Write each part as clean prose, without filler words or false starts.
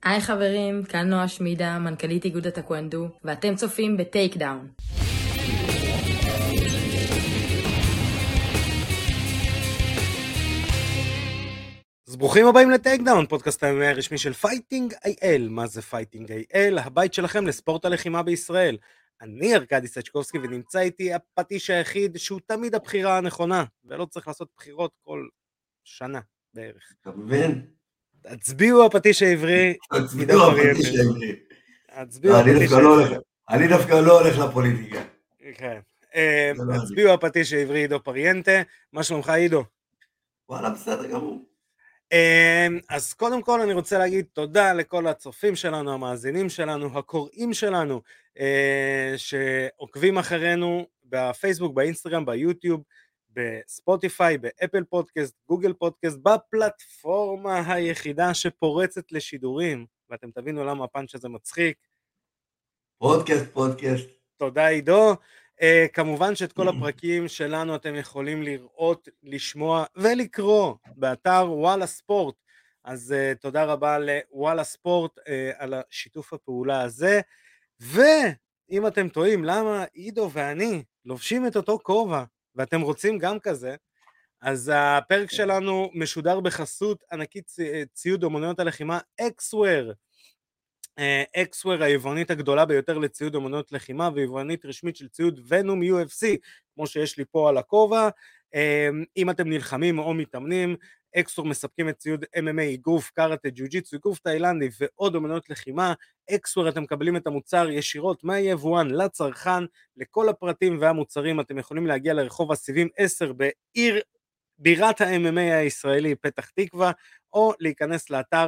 היי חברים, כאן נועה שמידה, מנכ"לית איגוד הטקוונדו, ואתם צופים בטייק דאון. אז ברוכים הבאים לטייק דאון, פודקאסט היומי הרשמי של פייטינג איי-אל. מה זה פייטינג איי-אל? הבית שלכם לספורט הלחימה בישראל. אני ארקדי סצ'קובסקי ונמצא איתי הפטיש היחיד שהוא תמיד הבחירה הנכונה, ולא צריך לעשות בחירות כל שנה בערך. אתה מבין? הצביעו הפטיש העברי, עידו פריאנטה. הצביעו הפטיש העברי. אני דווקא לא הולך לפוליטיקה. כן. הצביעו הפטיש העברי עידו פריאנטה. מה שלומך עידו? וואלה, בסדר גמור. אז קודם כל אני רוצה להגיד תודה לכל הצופים שלנו, המאזינים שלנו, הקוראים שלנו, שעוקבים אחרינו בפייסבוק, באינסטגרם, ביוטיוב, בספוטיפיי, באפל פודקאסט, גוגל פודקאסט, בפלטפורמה היחידה שפורצת לשידורים, ואתם תבינו למה הפאנץ' הזה מצחיק. פודקאסט. תודה עידו. כמובן שאת כל הפרקים שלנו אתם יכולים לראות, לשמוע ולקרוא באתר וואלה ספורט, אז תודה רבה לוואלה ספורט על השיתוף הפעולה הזה. ואם אתם טועים למה עידו ואני לובשים את אותו כובע ואתם רוצים גם כזה, אז הפרק שלנו משודר בחסות ענקית ציוד אומנויות הלחימה אקסוור. אקסוור היבואנית הגדולה ביותר לציוד אומנויות לחימה ויבואנית רשמית של ציוד ונום UFC, כמו שיש לי פה על הכובע. אם אתם נלחמים או מתאמנים, אקסוור מספקים את ציוד MMA, אגרוף, קראטה, ג'יוג'יטסו, אגרוף תאילנדי ועוד אומנויות לחימה. אקסוור אתם מקבלים את המוצר ישירות מהיבואן לצרכן. לכל הפרטים והמוצרים אתם יכולים להגיע לרחוב הסיבים 10 בעיר בירת ה-MMA הישראלי פתח תקווה, או להיכנס לאתר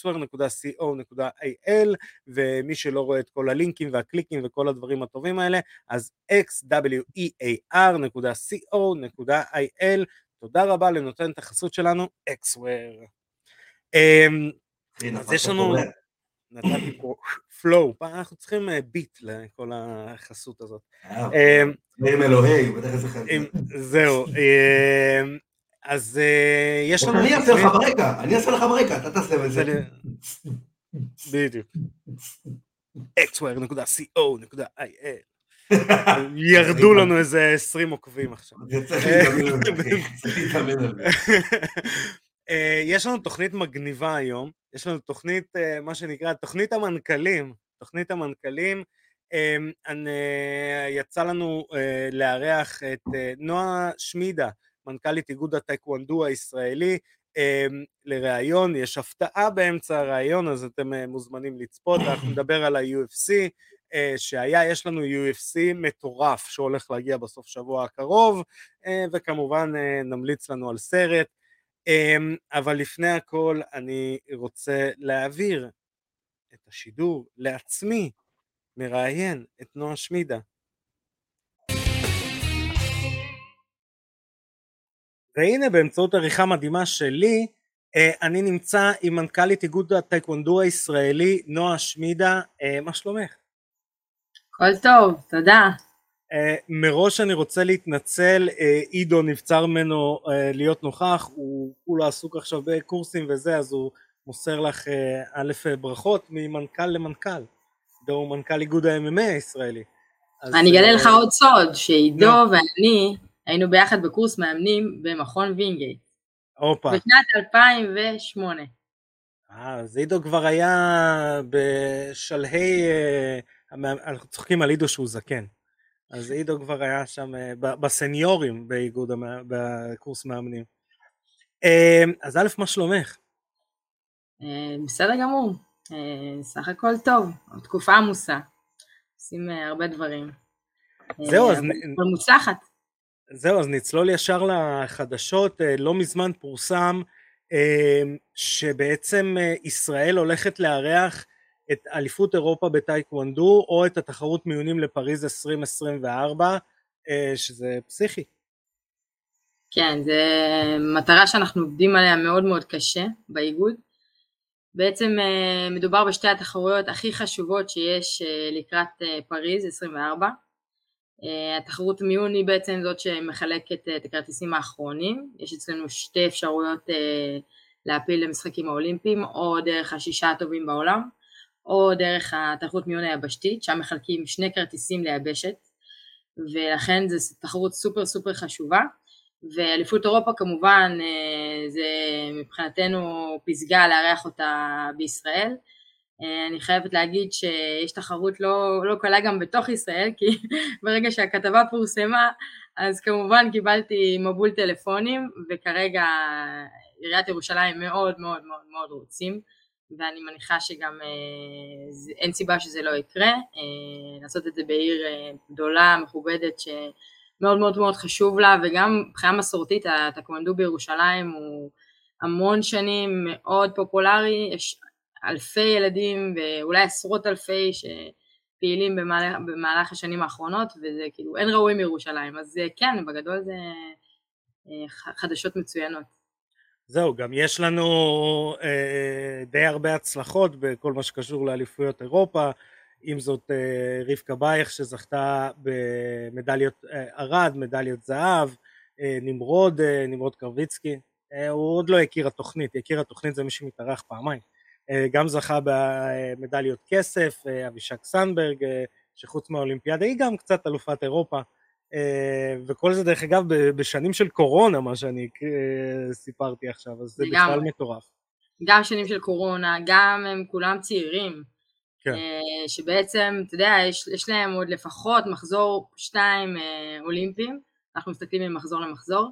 xwer.co.il, ומי שלא רואה את כל הלינקים והקליקים וכל הדברים הטובים האלה, אז xwer.co.il. תודה רבה לנותן את החסות שלנו, xwer. אז יש לנו, נתתי פה פלואו, אנחנו צריכים ביט לכל החסות הזאת. עם אלוהי, הוא בטח איזה חלק. זהו. אז יש לנו... אני אעשה לך ברקע, אתה תעשה את זה. בדיוק. xwer.co.il. ירדו לנו איזה 20 עוקבים עכשיו. זה צריך להתאמן על זה. יש לנו תוכנית מגניבה היום, יש לנו תוכנית, מה שנקרא, תוכנית המנכ"לים. יצא לנו לארח את נועה שמידה, מנכ"לית איגוד הטקוונדו הישראלי, לראיון. יש הפתעה באמצע הראיון, אז אתם מוזמנים לצפות. אנחנו נדבר על ה-UFC שהיה, יש לנו UFC מטורף שהולך להגיע בסוף שבוע הקרוב, וכמובן נמליץ לנו על סרט. אבל לפני הכל אני רוצה להעביר את השידור לעצמי, מראיין את נועה שמידה. והנה באמצעות עריכה מדהימה שלי, אני נמצא עם מנכ"לית איגוד הטקוונדו הישראלי, נועה שמידה. מה שלומך? כל טוב, תודה. מראש אני רוצה להתנצל, עידו נבצר ממנו להיות נוכח, הוא כולו עסוק עכשיו בקורסים וזה, אז הוא מוסר לך א' ברכות ממנכ"ל למנכ"ל. עידו הוא מנכ"ל איגוד ה-MMA הישראלי. אני אגלה לך עוד סוד, שעידו ואני היינו ביחד בקורס מאמנים במכון וינגייט. בשנת 2008. אז עידו כבר היה בשלהי, אנחנו צוחקים על עידו שהוא זקן. אז עידו כבר היה שם בסניורים באיגוד, בקורס מאמנים. אז א', מה שלומך? בסדר גמור, סך הכל טוב, תקופה עמוסה, עושים הרבה דברים. זהו, אז מוצלחת. זהו, אז נצלול ישר לחדשות. לא מזמן פורסם שבעצם ישראל הולכת לארח את אליפות אירופה בטייקוונדו, או את התחרות מיונים לפריז 2024, שזה פסיכי. כן, זה מטרה שאנחנו עובדים עליה מאוד מאוד קשה באיגוד. בעצם מדובר בשתי התחרויות הכי חשובות שיש לקראת פריז 24. התחרות מיון היא בעצם זאת שמחלקת את הכרטיסים האחרונים. יש אצלנו שתי אפשרויות להפיל למשחקים האולימפיים, או דרך השישה הטובים בעולם, או דרך התחרות מיון היבשתית, שם מחלקים 2 כרטיסים ליבשת, ולכן זו תחרות סופר סופר חשובה, ואליפות אירופה כמובן זה מבחינתנו פסגה לארח אותה בישראל. אני חייבת להגיד שיש תחרות לא קלה גם בתוך ישראל, כי ברגע שהכתבה פורסמה, אז כמובן קיבלתי מבול טלפונים, וכרגע עיריית ירושלים מאוד מאוד מאוד מאוד רוצים, ואני מניחה שגם אין סיבה שזה לא יקרה, לעשות את זה בעיר גדולה, מכובדת, שמאוד מאוד מאוד חשוב לה, וגם מבחינה מסורתית, הטקוונדו בירושלים הוא המון שנים מאוד פופולרי, יש אלפי ילדים ואולי עשרות אלפי שפעילים במהלך השנים האחרונות, וזה כאילו אין ראוי מירושלים, אז כן, בגדול זה חדשות מצוינות. זהו, גם יש לנו די הרבה הצלחות בכל מה שקשור לאליפויות אירופה, אם זאת רבקה בייך שזכתה במדליות ארד, מדליות זהב, נמרוד קרביצקי, הוא עוד לא הכיר התוכנית, הכיר התוכנית זה מי שמתארח פעמיים, גם זכה במדליות כסף, אבישק סנברג, שחוץ מהאולימפיאדה היא גם קצת אלופת אירופה, וכל זה דרך אגב בשנים של קורונה, מה שאני סיפרתי עכשיו, אז זה בכלל מטורף. גם שנים של קורונה, גם הם כולם צעירים, כן. שבעצם, אתה יודע, יש להם עוד לפחות מחזור 2 אולימפיים, אנחנו מסתכלים ממחזור למחזור,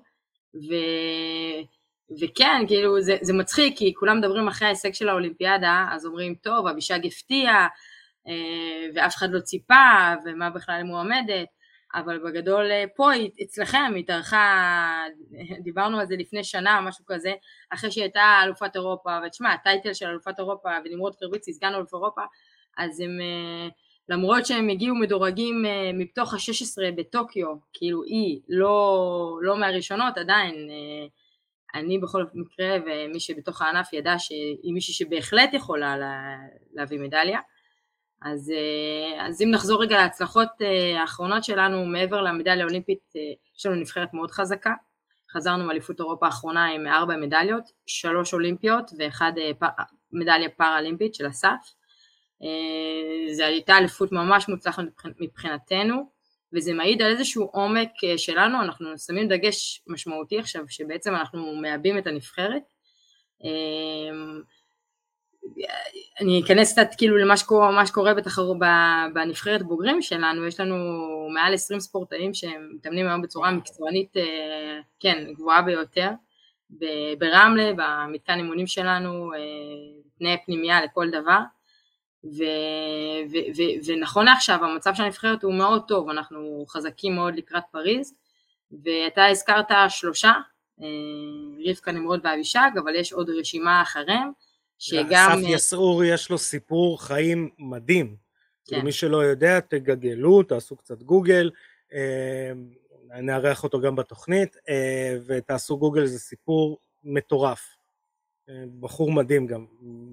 וכן, כאילו זה מצחיק, כי כולם מדברים אחרי ההישג של האולימפיאדה, אז אומרים, טוב, אבישג הפתיע, ואף אחד לא ציפה, ומה בכלל מועמדת, אבל בגדול פה אצלכם התארחה, דיברנו על זה לפני שנה, משהו כזה, אחרי שהייתה אלופת אירופה, ותשמע, הטייטל של אלופת אירופה, ונמרוד קרביצקי, סגן אלוף אירופה, אז הם, למרות שהם הגיעו מדורגים מתוך ה-16 בטוקיו, כאילו היא לא מהראשונות, עדיין, אני בכל מקרה, ומי שבתוך הענף ידע שהיא מישהי שבהחלט יכולה להביא מדליה, אז אם נחזור רגע להצלחות האחרונות שלנו, מעבר למדליה האולימפית, יש לנו נבחרת מאוד חזקה, חזרנו מאליפות אירופה האחרונה עם 4 מדליות, 3 אולימפיות ו1 מדליה פאראלימפית של אסף, זו הייתה אליפות ממש מוצלחת מבחינתנו, וזה מעיד על איזשהו עומק שלנו, אנחנו שמים דגש משמעותי עכשיו, שבעצם אנחנו מאבדים את הנבחרת, אני אכנס קצת כאילו למה שקורה בנבחרת בוגרים שלנו, יש לנו מעל 20 ספורטאים שמתאמנים היום בצורה מקצוענית, כן, גבוהה ביותר, ברמלה, במתקן אימונים שלנו, תנאי פנימייה לכל דבר, ונכון עכשיו המצב של הנבחרת הוא מאוד טוב, אנחנו חזקים מאוד לקראת פריז, ואתה הזכרת 3, רבקה, נמרוד ואבישג, אבל יש עוד רשימה אחריהם, אסף יסעור יש לו סיפור חיים מדהים, כן. מי שלא יודע תגגלו, תעשו קצת גוגל, נארח אותו גם בתוכנית, ותעשו גוגל, זה סיפור מטורף, בחור מדהים גם,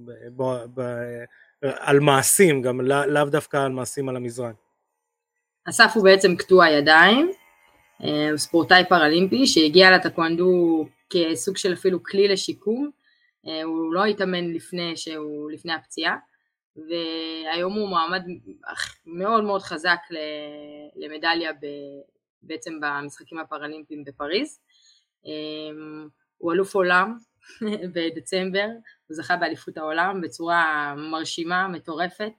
על מעשים, גם לאו דווקא על מעשים על המזרן. אסף הוא בעצם קטוע ידיים, הוא ספורטאי פראלימפי שהגיע לטקוונדו כסוג של אפילו כלי לשיקום, הוא לא התאמן לפני הפציעה, והיום הוא מעמד מאוד מאוד חזק למדליה בעצם במשחקים הפראלימפיים בפריז, הוא אלוף עולם בדצמבר, הוא זכה באליפות העולם בצורה מרשימה, מטורפת,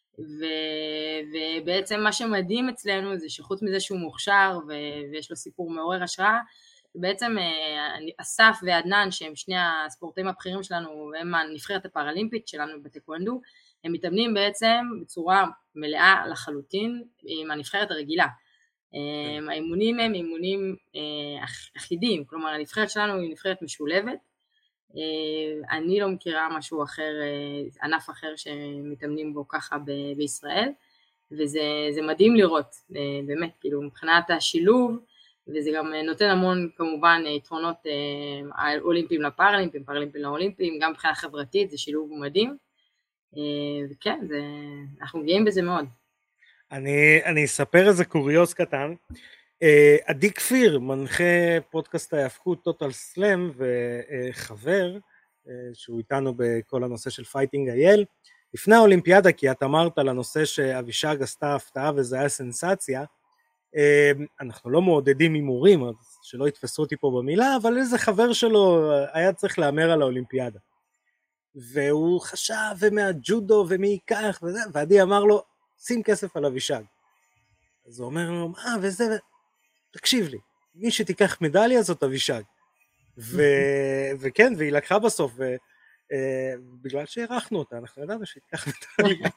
ובעצם מה שמדהים אצלנו זה שחוץ מזה שהוא מוכשר ויש לו סיפור מעורר השראה, בעצם אסף ועדנן שהם שני הספורטאים הבכירים שלנו והם הנבחרת הפראלימפית שלנו בטקוונדו, הם מתאמנים בעצם בצורה מלאה לחלוטין עם הנבחרת הרגילה. האימונים הם אימונים אחידים, כלומר הנבחרת שלנו היא נבחרת משולבת, אני לא מכירה משהו אחר, ענף אחר שמתאמנים בו ככה בישראל, וזה מדהים לראות, באמת, כאילו מבחינת השילוב, וזה גם נותן המון כמובן יתרונות אולימפיים לפאראלימפיים, פאראלימפיים לאולימפיים, גם מבחינה חברתית, זה שילוב מדהים, וכן, אנחנו גאים בזה מאוד. אני אספר איזה קוריוז קטן, עדי כפיר, מנחה פודקאסט ההפקות טוטל סלאם וחבר, שהוא איתנו בכל הנושא של פייטינג אייל, לפני האולימפיאדה, כי את אמרת על הנושא שאבישג עשתה הפתעה וזה היה סנסציה, אנחנו לא מעודדים הימורים, אז שלא יתפסו אותי פה במילה, אבל איזה חבר שלו היה צריך לאמר על האולימפיאדה, והוא חשב ומהג'ודו ומי ייקח וזה, ועדי אמר לו, שים כסף על אבישג. אז הוא אומר לו, מה וזה, תקשיב לי, מי שתיקח מדליה זאת אבישג. וכן, והיא לקחה בסוף, בגלל שהערכנו אותה, אנחנו ידענו שהיא תיקח מדליה.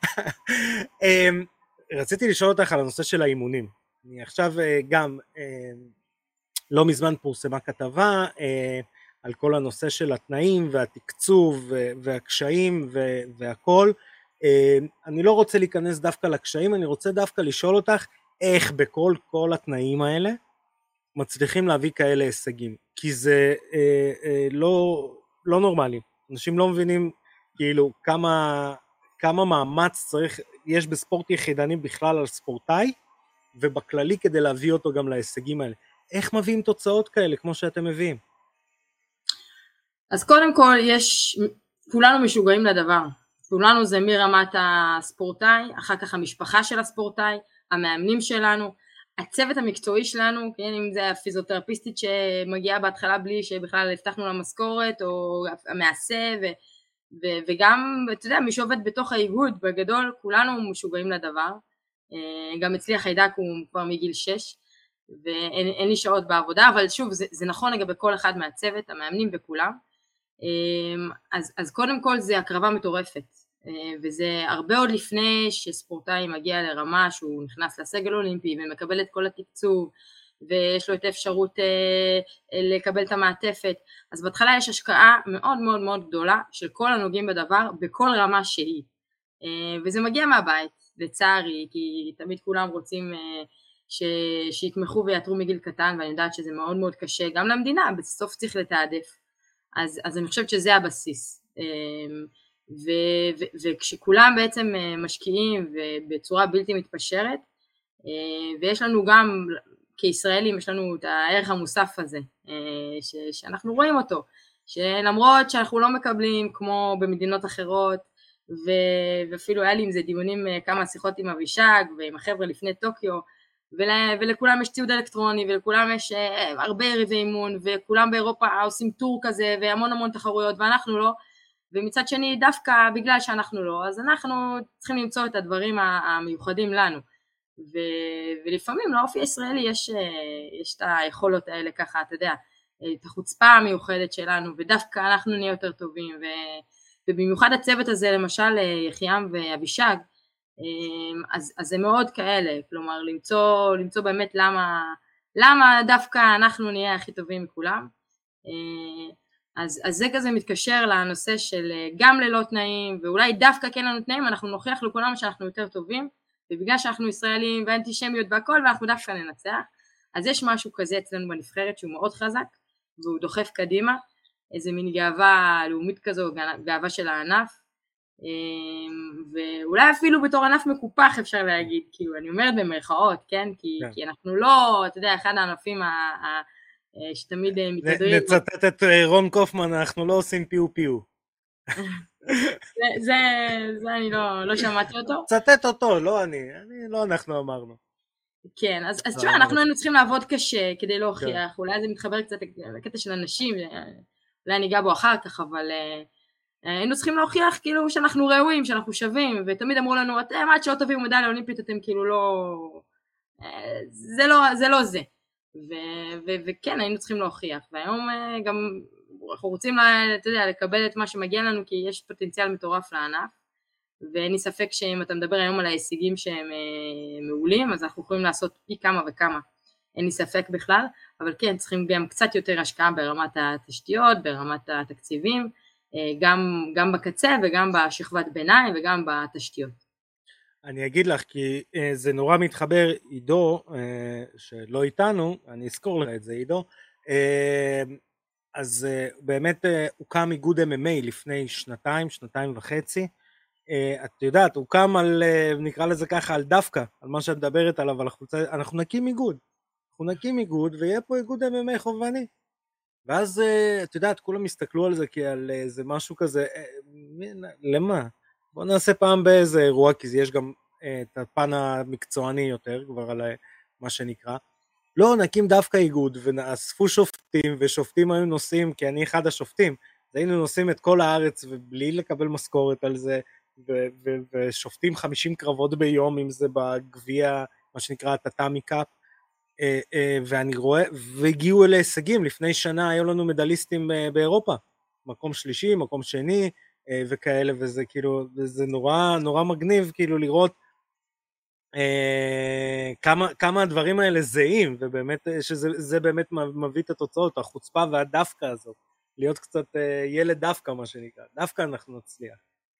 רציתי לשאול אותך על הנושא של האימונים. אני עכשיו גם, לא מזמן פורסמה כתבה, על כל הנושא של התנאים והתקצוב והקשיים והכל. אני לא רוצה להיכנס דווקא לקשיים, אני רוצה דווקא לשאול אותך איך בכל התנאים האלה מצליחים להביא כאלה הישגים, כי זה לא נורמלי. אנשים לא מבינים כאילו כמה מאמץ יש בספורט יחידני בכלל על ספורטאי, ובכללי כדי להביא אותו גם להישגים האלה. איך מביאים תוצאות כאלה כמו שאתם מביאים? אז קודם כל כולנו משוגעים לדבר. כולנו זה מרמת הספורטאי, אחר כך המשפחה של הספורטאי, המאמנים שלנו, הצוות המקצועי שלנו, כן, אם זה הפיזיותרפיסטית שמגיעה בהתחלה בלי שבכלל הבטחנו לה משכורת, או המעשה, וגם, אתה יודע, מי שעובד בתוך האיגוד, בגדול, כולנו משוגעים לדבר. גם אצלי החיידק הוא כבר מגיל 6, ואין לי שעות בעבודה, אבל שוב, זה נכון לגבי כל אחד מהצוות, המאמנים וכולם. אז קודם כל זה הקרבה מטורפת, וזה הרבה עוד לפני שספורטאי מגיע לרמה שהוא נכנס לסגל אולימפי ומקבל את כל התקצוב ויש לו את האפשרות לקבל את המעטפת. אז בהתחלה יש השקעה מאוד מאוד מאוד גדולה של כל הנוגעים בדבר בכל רמה שהיא, וזה מגיע מהבית לצערי, כי תמיד כולם רוצים שיתמכו ויעתרו מגיל קטן, ואני יודעת שזה מאוד מאוד קשה גם למדינה, בסוף צריך לתעדף. אז אני חושבת שזה הבסיס, וכשכולם בעצם משקיעים ובצורה בלתי מתפשרת, ויש לנו גם כישראלים יש לנו את הערך המוסף הזה שאנחנו רואים אותו, שלמרות שאנחנו לא מקבלים כמו במדינות אחרות, ואפילו היה לי עם זה דיונים, כמה שיחות עם אבישג ועם החבר'ה לפני טוקיו, ולכולם יש ציוד אלקטרוני, ולכולם יש הרבה יריבי אימון, וכולם באירופה עושים טור כזה, והמון המון תחרויות, ואנחנו לא, ומצד שני דווקא בגלל שאנחנו לא, אז אנחנו צריכים למצוא את הדברים המיוחדים לנו, ולפעמים לאופי הישראלי יש את היכולות האלה ככה, אתה יודע, את החוצפה המיוחדת שלנו, ודווקא אנחנו נהיה יותר טובים, ובמיוחד הצוות הזה, למשל יחיעם ואבישג, אז זה מאוד כאלה, כלומר למצוא באמת למה דווקא אנחנו נהיה הכי טובים מכולם. אז זה כזה מתקשר לנושא של גם ללא תנאים, ואולי דווקא כן לנו תנאים, אנחנו נוכיח לכולם שאנחנו יותר טובים, ובגלל שאנחנו ישראלים ואנטישמיות והכל, ואנחנו דווקא ננצח. אז יש משהו כזה אצלנו בנבחרת שהוא מאוד חזק, והוא דוחף קדימה, איזה מין גאווה לאומית כזו, גאווה של הענף, ואולי אפילו בתור ענף מקופח אפשר להגיד, כאילו אני אומרת במרכאות, כן? כי אנחנו לא, אתה יודע, אחד הענפים שתמיד מתהדרים. נצטט את רון קופמן, אנחנו לא עושים פיו פיו. זה אני לא שמעתי אותו. צטט אותו, לא לא אנחנו אמרנו. כן, אז תשמע, אנחנו היינו צריכים לעבוד קשה כדי להוכיח, אולי זה מתחבר קצת לקטע של אנשים, אולי אני אגע בו אחר כך, אבל היינו צריכים להוכיח כאילו שאנחנו ראויים, שאנחנו שווים, ותמיד אמרו לנו, אתם עד שלא תביאו מדליה אולימפית, אתם כאילו לא, זה לא זה, וכן, היינו צריכים להוכיח, והיום גם אנחנו רוצים, אתה יודע, לקבל את מה שמגיע לנו, כי יש פוטנציאל מטורף לענף, ואין לי ספק שאם אתה מדבר היום על ההישגים שהם מעולים, אז אנחנו יכולים לעשות פי כמה וכמה, אין לי ספק בכלל, אבל כן, צריכים גם קצת יותר השקעה ברמת התשתיות, ברמת התקציבים, גם בקצה וגם בשכבת ביניים וגם בתשתיות. אני אגיד לך, כי זה נורא מתחבר, עידו, שלא איתנו, אני אזכור לך את זה, עידו, אז באמת הוקם איגוד MMA לפני שנתיים וחצי, את יודעת, הוקם על, נקרא לזה ככה, על דווקא, על מה שאת מדברת עליו, אנחנו נקים איגוד, ויהיה פה איגוד MMA חובבני, ואז, את יודעת, כולם הסתכלו על זה כי על איזה משהו כזה, למה? בוא נעשה פעם באיזה אירוע, כי יש גם את הפן המקצועני יותר, כבר על מה שנקרא. לא, נקים דווקא איגוד, ואספו שופטים, ושופטים היו נוסעים, כי אני אחד השופטים, היינו נוסעים את כל הארץ, ובלי לקבל משכורת על זה, ושופטים 50 קרבות ביום, אם זה בגביע, מה שנקרא, הטאטאמי קאפ, ואני רואה, והגיעו אלה הישגים, לפני שנה היו לנו מדליסטים באירופה, מקום שלישי, מקום שני, וכאלה, וזה כאילו, זה נורא מגניב, כאילו לראות, כמה הדברים האלה זהים, ובאמת, שזה באמת מביא את התוצאות, החוצפה והדווקא הזאת, להיות קצת ילד דווקא, מה שנקרא, דווקא אנחנו נצליח.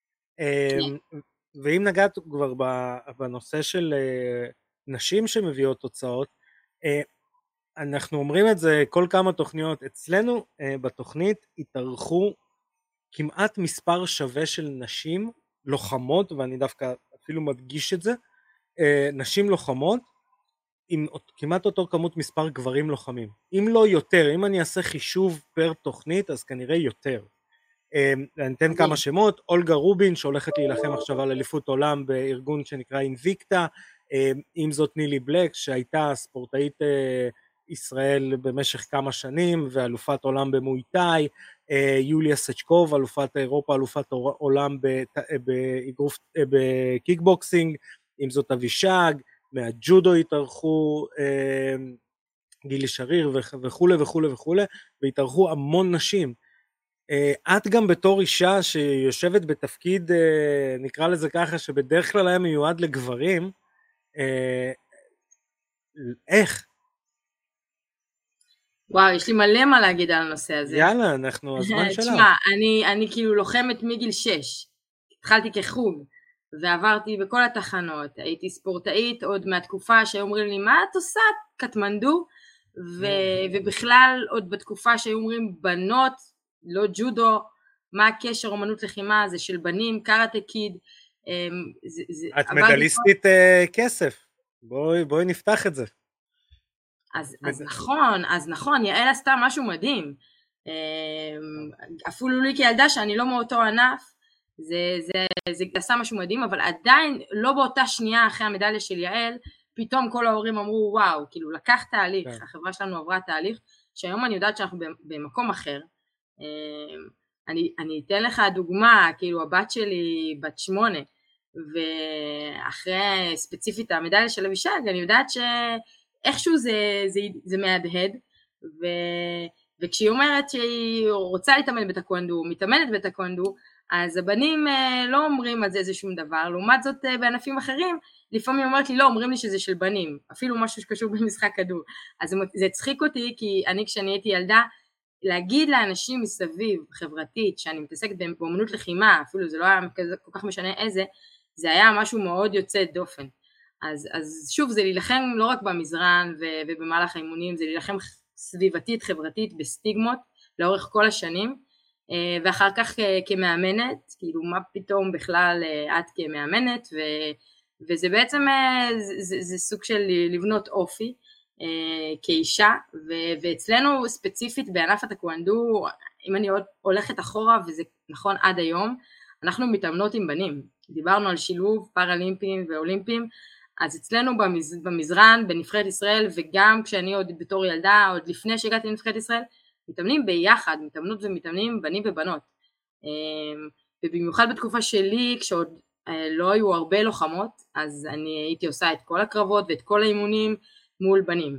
ואם נגעת כבר בנושא של נשים שמביאות תוצאות, אנחנו אומרים את זה כל כמה תוכניות, אצלנו בתוכנית התארחו כמעט מספר שווה של נשים לוחמות, ואני דווקא אפילו מדגיש את זה, נשים לוחמות, עם כמעט אותו כמות מספר גברים לוחמים, אם לא יותר, אם אני אעשה חישוב פר תוכנית, אז כנראה יותר. אני אתן כמה שמות, אולגה רובין שהולכת להילחם עכשיו על אליפות עולם בארגון שנקרא אינביקטה, אם זאת נילי בלק שהייתה ספורטאית ישראל במשך כמה שנים ואלופת עולם במויטאי, יוליה סצ'קוב אלופת אירופה, אלופת עולם בקיקבוקסינג, אם זאת אבישג, מהג'ודו התארחו גילי שריר וכו' וכו' וכו', והתארחו המון נשים. את גם בתור אישה שיושבת בתפקיד, נקרא לזה ככה, שבדרך כלל היה מיועד לגברים, איך? וואו, יש לי מלא מה להגיד על הנושא הזה. יאללה, אנחנו, הזמן שלך. תשמע, אני כאילו לוחמת מגיל 6, התחלתי כחוג, ועברתי בכל התחנות, הייתי ספורטאית עוד מהתקופה שהיו אומרים לי, מה את עושה? קטמנדו, ובכלל עוד בתקופה שהיו אומרים בנות, לא ג'ודו, מה הקשר אומנות לחימה, זה של בנים, קראטה קיד. את מדליסטית כסף, בואי נפתח את זה. אז נכון, יעל עשתה משהו מדהים, אפילו לי כילדה שאני לא מאותו ענף, זה עשה משהו מדהים, אבל עדיין לא באותה שנייה אחרי המדליה של יעל, פתאום כל ההורים אמרו וואו, כאילו לקח תהליך, החברה שלנו עברה תהליך, שהיום אני יודעת שאנחנו במקום אחר. אני אתן לך דוגמה, כאילו הבת שלי בת 8, ואחרי ספציפית המדליה של אבישג, אני יודעת שאיכשהו זה מהדהד, וכשהיא אומרת שהיא רוצה להתאמן בטקוונדו, מתאמנת בטקוונדו, אז הבנים לא אומרים על זה שום דבר, לעומת זאת בענפים אחרים, לפעמים אומרת לי לא, אומרים לי שזה של בנים, אפילו משהו שקשור במשחק כדור, אז זה הצחיק אותי, כי אני כשאני הייתי ילדה, להגיד לאנשים מסביב, חברתית, שאני מתעסקת באמנות לחימה, אפילו זה לא היה כל כך משנה איזה, זה היה משהו מאוד יוצא דופן, אז שוב זה להילחם לא רק במזרן ובמהלך האימונים, זה להילחם סביבתית, חברתית, בסטיגמות, לאורך כל השנים, ואחר כך כמאמנת, כאילו מה פתאום בכלל את כמאמנת, וזה בעצם, זה סוג של לבנות אופי, כאישה, ואצלנו ספציפית בענף הטקוונדו, אם אני הולכת אחורה, וזה נכון עד היום, אנחנו מתאמנות עם בנים, דיברנו על שילוב פאראלימפיים ואולימפיים, אז אצלנו במזרן, בנבחרת ישראל, וגם כשאני עוד בתור ילדה, עוד לפני שהגעתי לנבחרת ישראל, מתאמנים ביחד, מתאמנות ומתאמנים בנים ובנות, ובמיוחד בתקופה שלי, כשעוד לא היו הרבה לוחמות, אז אני הייתי עושה את כל הקרבות ואת כל האימונים מול בנים,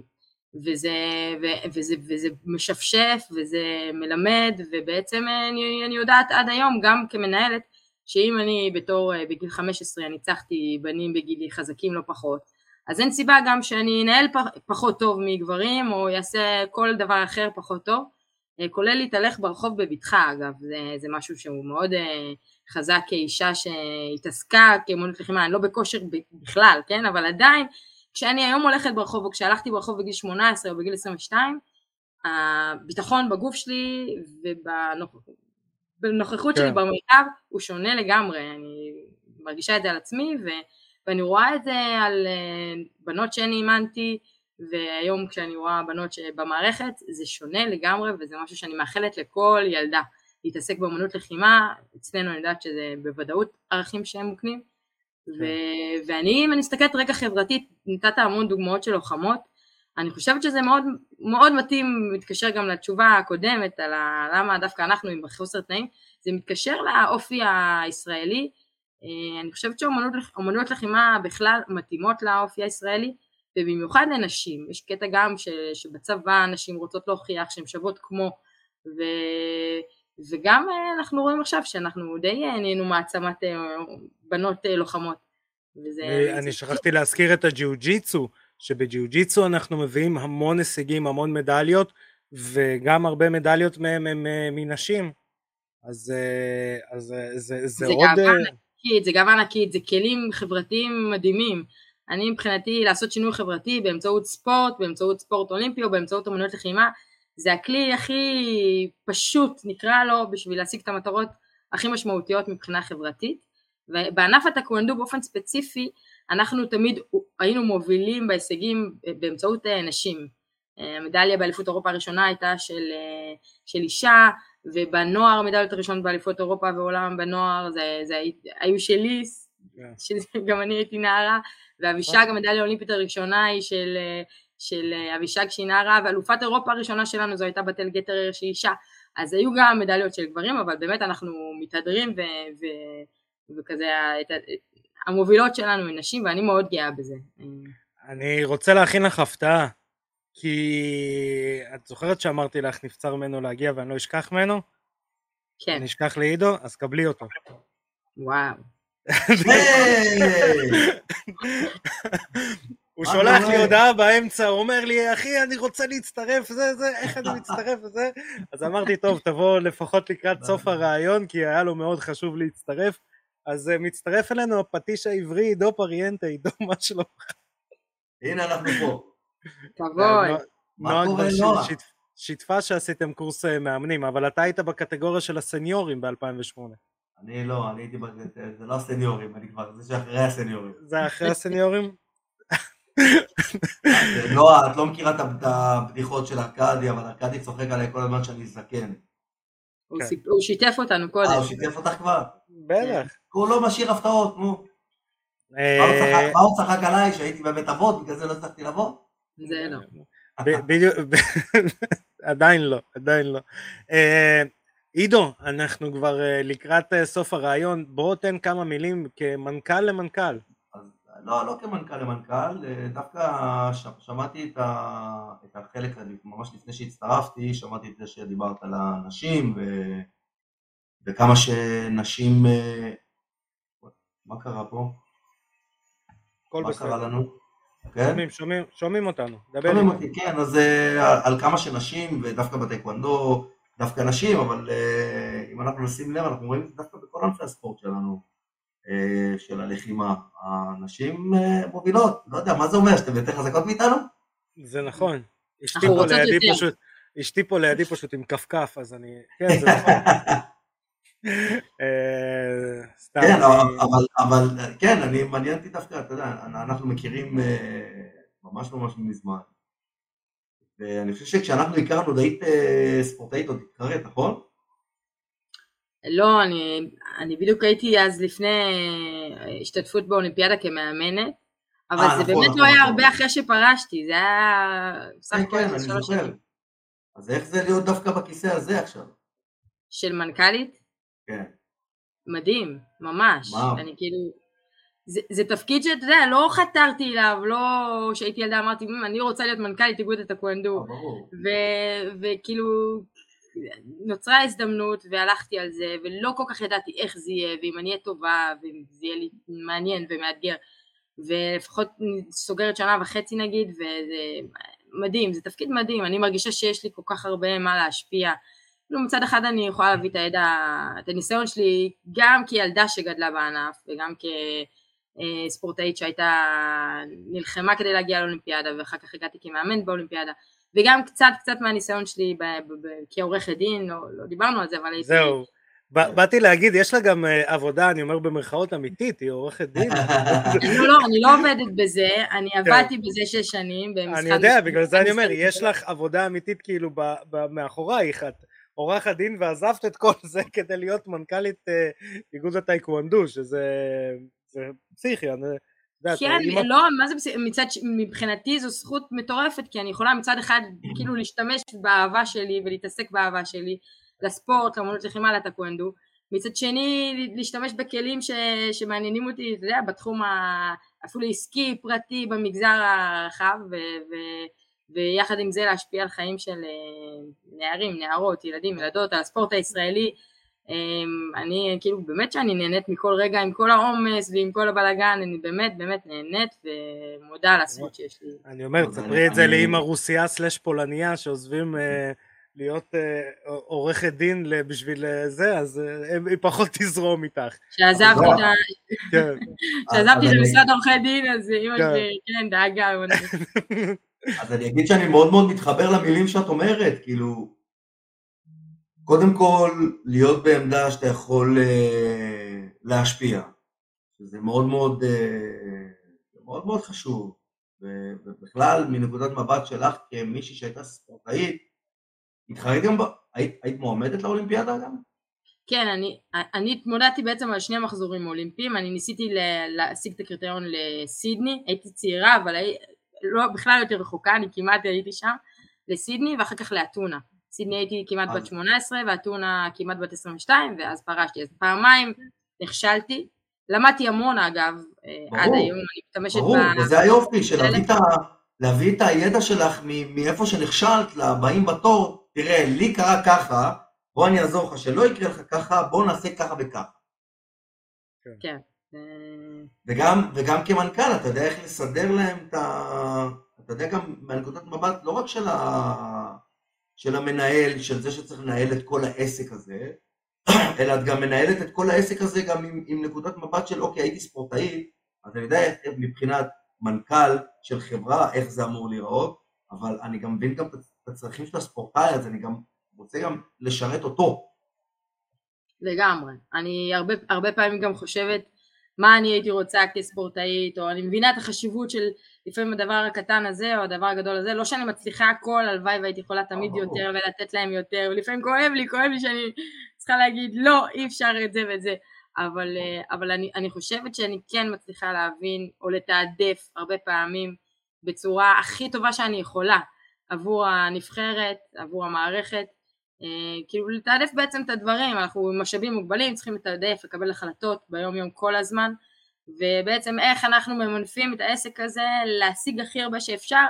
וזה משפשף וזה מלמד, ובעצם אני יודעת עד היום גם כמנהלת, שאם אני בגיל 15 אני ניצחתי בנים בגילי חזקים לא פחות, אז אין סיבה גם שאני אנהל פחות טוב מגברים, או יעשה כל דבר אחר פחות טוב, כולל להתהלך ברחוב בביטחה, אגב, זה משהו שהוא מאוד חזק כאישה שהתעסקה כאמנות לחימה, אני לא בכושר בכלל, כן, אבל עדיין, כשאני היום הולכת ברחוב, או כשהלכתי ברחוב בגיל 18 או בגיל 22, הביטחון בגוף שלי ובנוכחות שלי במרחב הוא שונה לגמרי, אני מרגישה את זה על עצמי, ואני רואה את זה על בנות שאני אימנתי, והיום כשאני רואה בנות שבמערכת זה שונה לגמרי, וזה משהו שאני מאחלת לכל ילדה, להתעסק באמנות לחימה. אצלנו אני יודעת שזה בוודאות ערכים שהם מוקנים, ואם אני מסתכלת רגע חברתית, נתת המון דוגמאות של לוחמות, אני חושבת שזה מאוד, מאוד מתאים, מתקשר גם לתשובה הקודמת, על למה דווקא אנחנו עם חוסר תנאים, זה מתקשר לאופי הישראלי. אני חושבת שאמנויות לחימה בכלל מתאימות לאופי הישראלי, ובמיוחד לנשים. יש קטע גם שבצבא נשים רוצות להוכיח שהן שוות כמו, וגם אנחנו רואים עכשיו שאנחנו די נהיינו מעצמת בנות לוחמות. אני שכחתי להזכיר את הג'יוג'יצו, שבג'יוג'יצו אנחנו מביאים המון הישגים, המון מדליות, וגם הרבה מדליות מנשים. אז זה עוד... זה גאווה ענקית, זה כלים חברתיים מדהימים. אני מבחינתי לעשות שינוי חברתי באמצעות ספורט אולימפי או באמצעות אמנויות לחימה, זה הכלי הכי פשוט נקרא לו בשביל להשיג את המטרות הכי משמעותיות מבחינה חברתית. ובענף הטקוונדו באופן ספציפי אנחנו תמיד היינו מובילים בהישגים באמצעות נשים. המדליה באליפות אירופה הראשונה הייתה של אישה, ובנוער מדליות הראשון באליפות אירופה ועולם בנוער זה היו שלי, שגם אני הייתי נערה, ואבישג המדליה האולימפית הראשונה היא של אבישג שהיא נערה, ואלופת אירופה הראשונה שלנו זו הייתה בתל גטר שהיא אישה. אז היו גם מדליות של גברים, אבל באמת אנחנו מתהדרים וכזה המובילות שלנו הן נשים, ואני מאוד גאה בזה. אני רוצה להכין לך הפתעה, כי את זוכרת שאמרתי לך נבצר ממנו להגיע ואני לא אשכח ממנו? כן. אני אשכח לעידו, אז קבלי אותו. וואו. הוא שולח לי הודעה באמצע, הוא אומר לי, אחי, אני רוצה להצטרף, איך אני מצטרף וזה? אז אמרתי, טוב, תבוא לפחות לקראת סוף הרעיון, כי היה לו מאוד חשוב להצטרף. אז מצטרף אלינו הפטיש העברי, עידו פריאנטה, עידו מה שלומך? הנה אנחנו פה. תבואי. מה קורה נועה? שיתפה שעשיתם קורס מאמנים, אבל אתה היית בקטגוריה של הסניורים ב-2008. אני לא, אני הייתי זה לא הסניורים, אני כבר, זה שאחרי הסניורים. זה אחרי הסניורים? נועה, את לא מכירה את הבדיחות של ארקדי, אבל ארקדי צוחק עליי כל הזמן שאני זקן. הוא שיתף אותנו קודם. הוא שיתף אותך כבר? בטח. הוא לא משאיר הפתעות, נו. מה הוא צחק עליי שהייתי בבית אבות, בגלל זה לא הצלחתי לבוא? זה לא. בדיוק, עדיין לא. עידו, אנחנו כבר לקראת סוף הרעיון, בואו תן כמה מילים כמנכ"ל למנכ"ל. לא כמנכ"ל למנכ"ל, דווקא שמעתי את החלק, ממש לפני שהצטרפתי, שמעתי את זה שדיברת על הנשים, וכמה שנשים, מה קרה פה? מה קרה לנו? שומעים אותנו. שומעים אותי, כן, אז על כמה שנשים, ודווקא בטייקוונדו, דווקא נשים, אבל אם אנחנו נשים לב, אנחנו רואים את זה דווקא בכל ענפי הספורט שלנו, של הלחימה. הנשים מובילות, לא יודע, מה זה אומר? שאתם יותר חזקות מאיתנו? זה נכון. אשתי פה לידי פשוט עם כפכף, אז אני... כן, זה נכון. כן, אבל כן, אני מעניינתי דווקא, אתה יודע, אנחנו מכירים ממש מזמן, ואני חושב שכשאנחנו הכרנו, היית ספורטאית עוד התחרת, נכון? לא, אני בדיוק הייתי אז לפני השתתפות באולימפיאדה כמאמנת, אבל זה באמת לא היה הרבה אחרי שפרשתי, זה היה סך הכל 3 שנים. אז איך זה להיות דווקא בכיסא הזה עכשיו? של מנכ"לית? כן. מדהים, ממש. אני כאילו, זה תפקיד שאתה יודע, לא חתרתי אליו, לא שהייתי ילדה אמרתי, אני רוצה להיות מנכ"לית איגוד הטקוונדו, וכאילו נוצרה הזדמנות והלכתי על זה, ולא כל כך ידעתי איך זה יהיה, ואם אני אהיה טובה, ואם זה יהיה לי מעניין ומאתגר, ולפחות סוגרת 1.5 שנה נגיד, וזה מדהים, זה תפקיד מדהים, אני מרגישה שיש לי כל כך הרבה מה להשפיע, מצד אחד אני יכולה להביא את הניסיון שלי, גם כילדה שגדלה בענף, וגם כספורטאית שהייתה נלחמה כדי להגיע לאולימפיאדה, ואחר כך הגעתי כמאמן באולימפיאדה, וגם קצת מהניסיון שלי כעורכת דין, לא דיברנו על זה, אבל זהו, באתי להגיד, יש לה גם עבודה, אני אומר במרכאות אמיתית, היא עורכת דין. לא, אני לא עובדת בזה, אני עבדתי בזה 6 שנים. אני יודע, בגלל זה אני אומר, יש לך עבודה אמיתית כאילו מאחורייך, את עורכת דין ועזבת את כל זה כדי להיות מנכ"לית איגוד הטייקוונדו, שזה פסיכי. כן, לא, מה זה מבחינתי זו זכות מטורפת, כי אני יכולה מצד אחד כאילו להשתמש באהבה שלי ולהתעסק באהבה שלי לספורט, לאמנות לחימה, לטקוונדו, מצד שני להשתמש בכלים שמעניינים אותי, אתה יודע, בתחום אפילו עסקי, פרטי, במגזר הרחב, ויחד עם זה להשפיע על חיים של נערים, נערות, ילדים, ילדות, על הספורט הישראלי. אני כאילו באמת שאני נהנית מכל רגע, עם כל העומס ועם כל הבלגן, אני באמת נהנית ומודה על הזכות שיש לי. אני אומר, תספרי את זה לאמא רוסיה סלש פולניה שעוזבים להיות עורכת דין בשביל זה, אז היא פחות תזרום איתך. שעזבתי למשרד עורכי דין, אז אמא שלי, כן, דאגה. אז אני אגיד שאני מאוד מאוד מתחבר למילים שאת אומרת, כאילו, קודם כל, להיות בעמדה שאתה יכול להשפיע, שזה מאוד מאוד חשוב, ובכלל, מנקודת מבט שלך כמישהי שהייתה ספורטאית, התחרית גם, היית מועמדת לאולימפיאדה גם? כן, אני התמודדתי בעצם על 2 מחזורים אולימפיים, אני ניסיתי להשיג את הקריטריון לסידני, הייתי צעירה, אבל בכלל יותר רחוקה, אני כמעט הייתי שם, לסידני ואחר כך לאתונה. סידני הייתי כמעט בת 18, ואתונה כמעט בת 22, ואז פרשתי. אז פעמיים נכשלתי, למדתי המון אגב, עד היום, אני מתמשת ברור, וזה היופי, להביא את הידע שלך מאיפה שנכשלת, לבאים בתור, תראה, לי קרה ככה, בוא אני אעזור לך, שלא יקרה לך ככה, בוא נעשה ככה וככה. כן. וגם כמנכ"ל, אתה יודע איך לסדר להם אתה יודע גם מהנקודת מבט, לא רק של המנהל, של זה שצריך לנהל את כל העסק הזה, אלא את גם מנהלת את כל העסק הזה גם עם נקודת מבט של אוקיי, הייתי ספורטאית, אז אני יודע מבחינת מנכ"ל של חברה, איך זה אמור להיראות, אבל אני גם מבין גם את הצרכים של הספורטאי, אז אני גם רוצה גם לשרת אותו. לגמרי. אני הרבה פעמים גם חושבת מה אני הייתי רוצה כספורטאית, או אני מבינה את החשיבות של לפעמים הדבר הקטן הזה או הדבר הגדול הזה, לא שאני מצליחה הכל, הלוואי והייתי יכולה תמיד יותר ולתת להם יותר, ולפעמים כואב לי שאני צריכה להגיד לא, אי אפשר את זה ואת זה, אבל אני חושבת שאני כן מצליחה להבין או לתעדף הרבה פעמים בצורה הכי טובה שאני יכולה עבור הנבחרת, עבור המערכת, כאילו לתעדף בעצם את הדברים, אנחנו משאבים מוגבלים, צריכים לתעדף, לקבל החלטות ביום יום כל הזמן, ובעצם איך אנחנו ממנפים את העסק הזה להשיג הכי הרבה שאפשר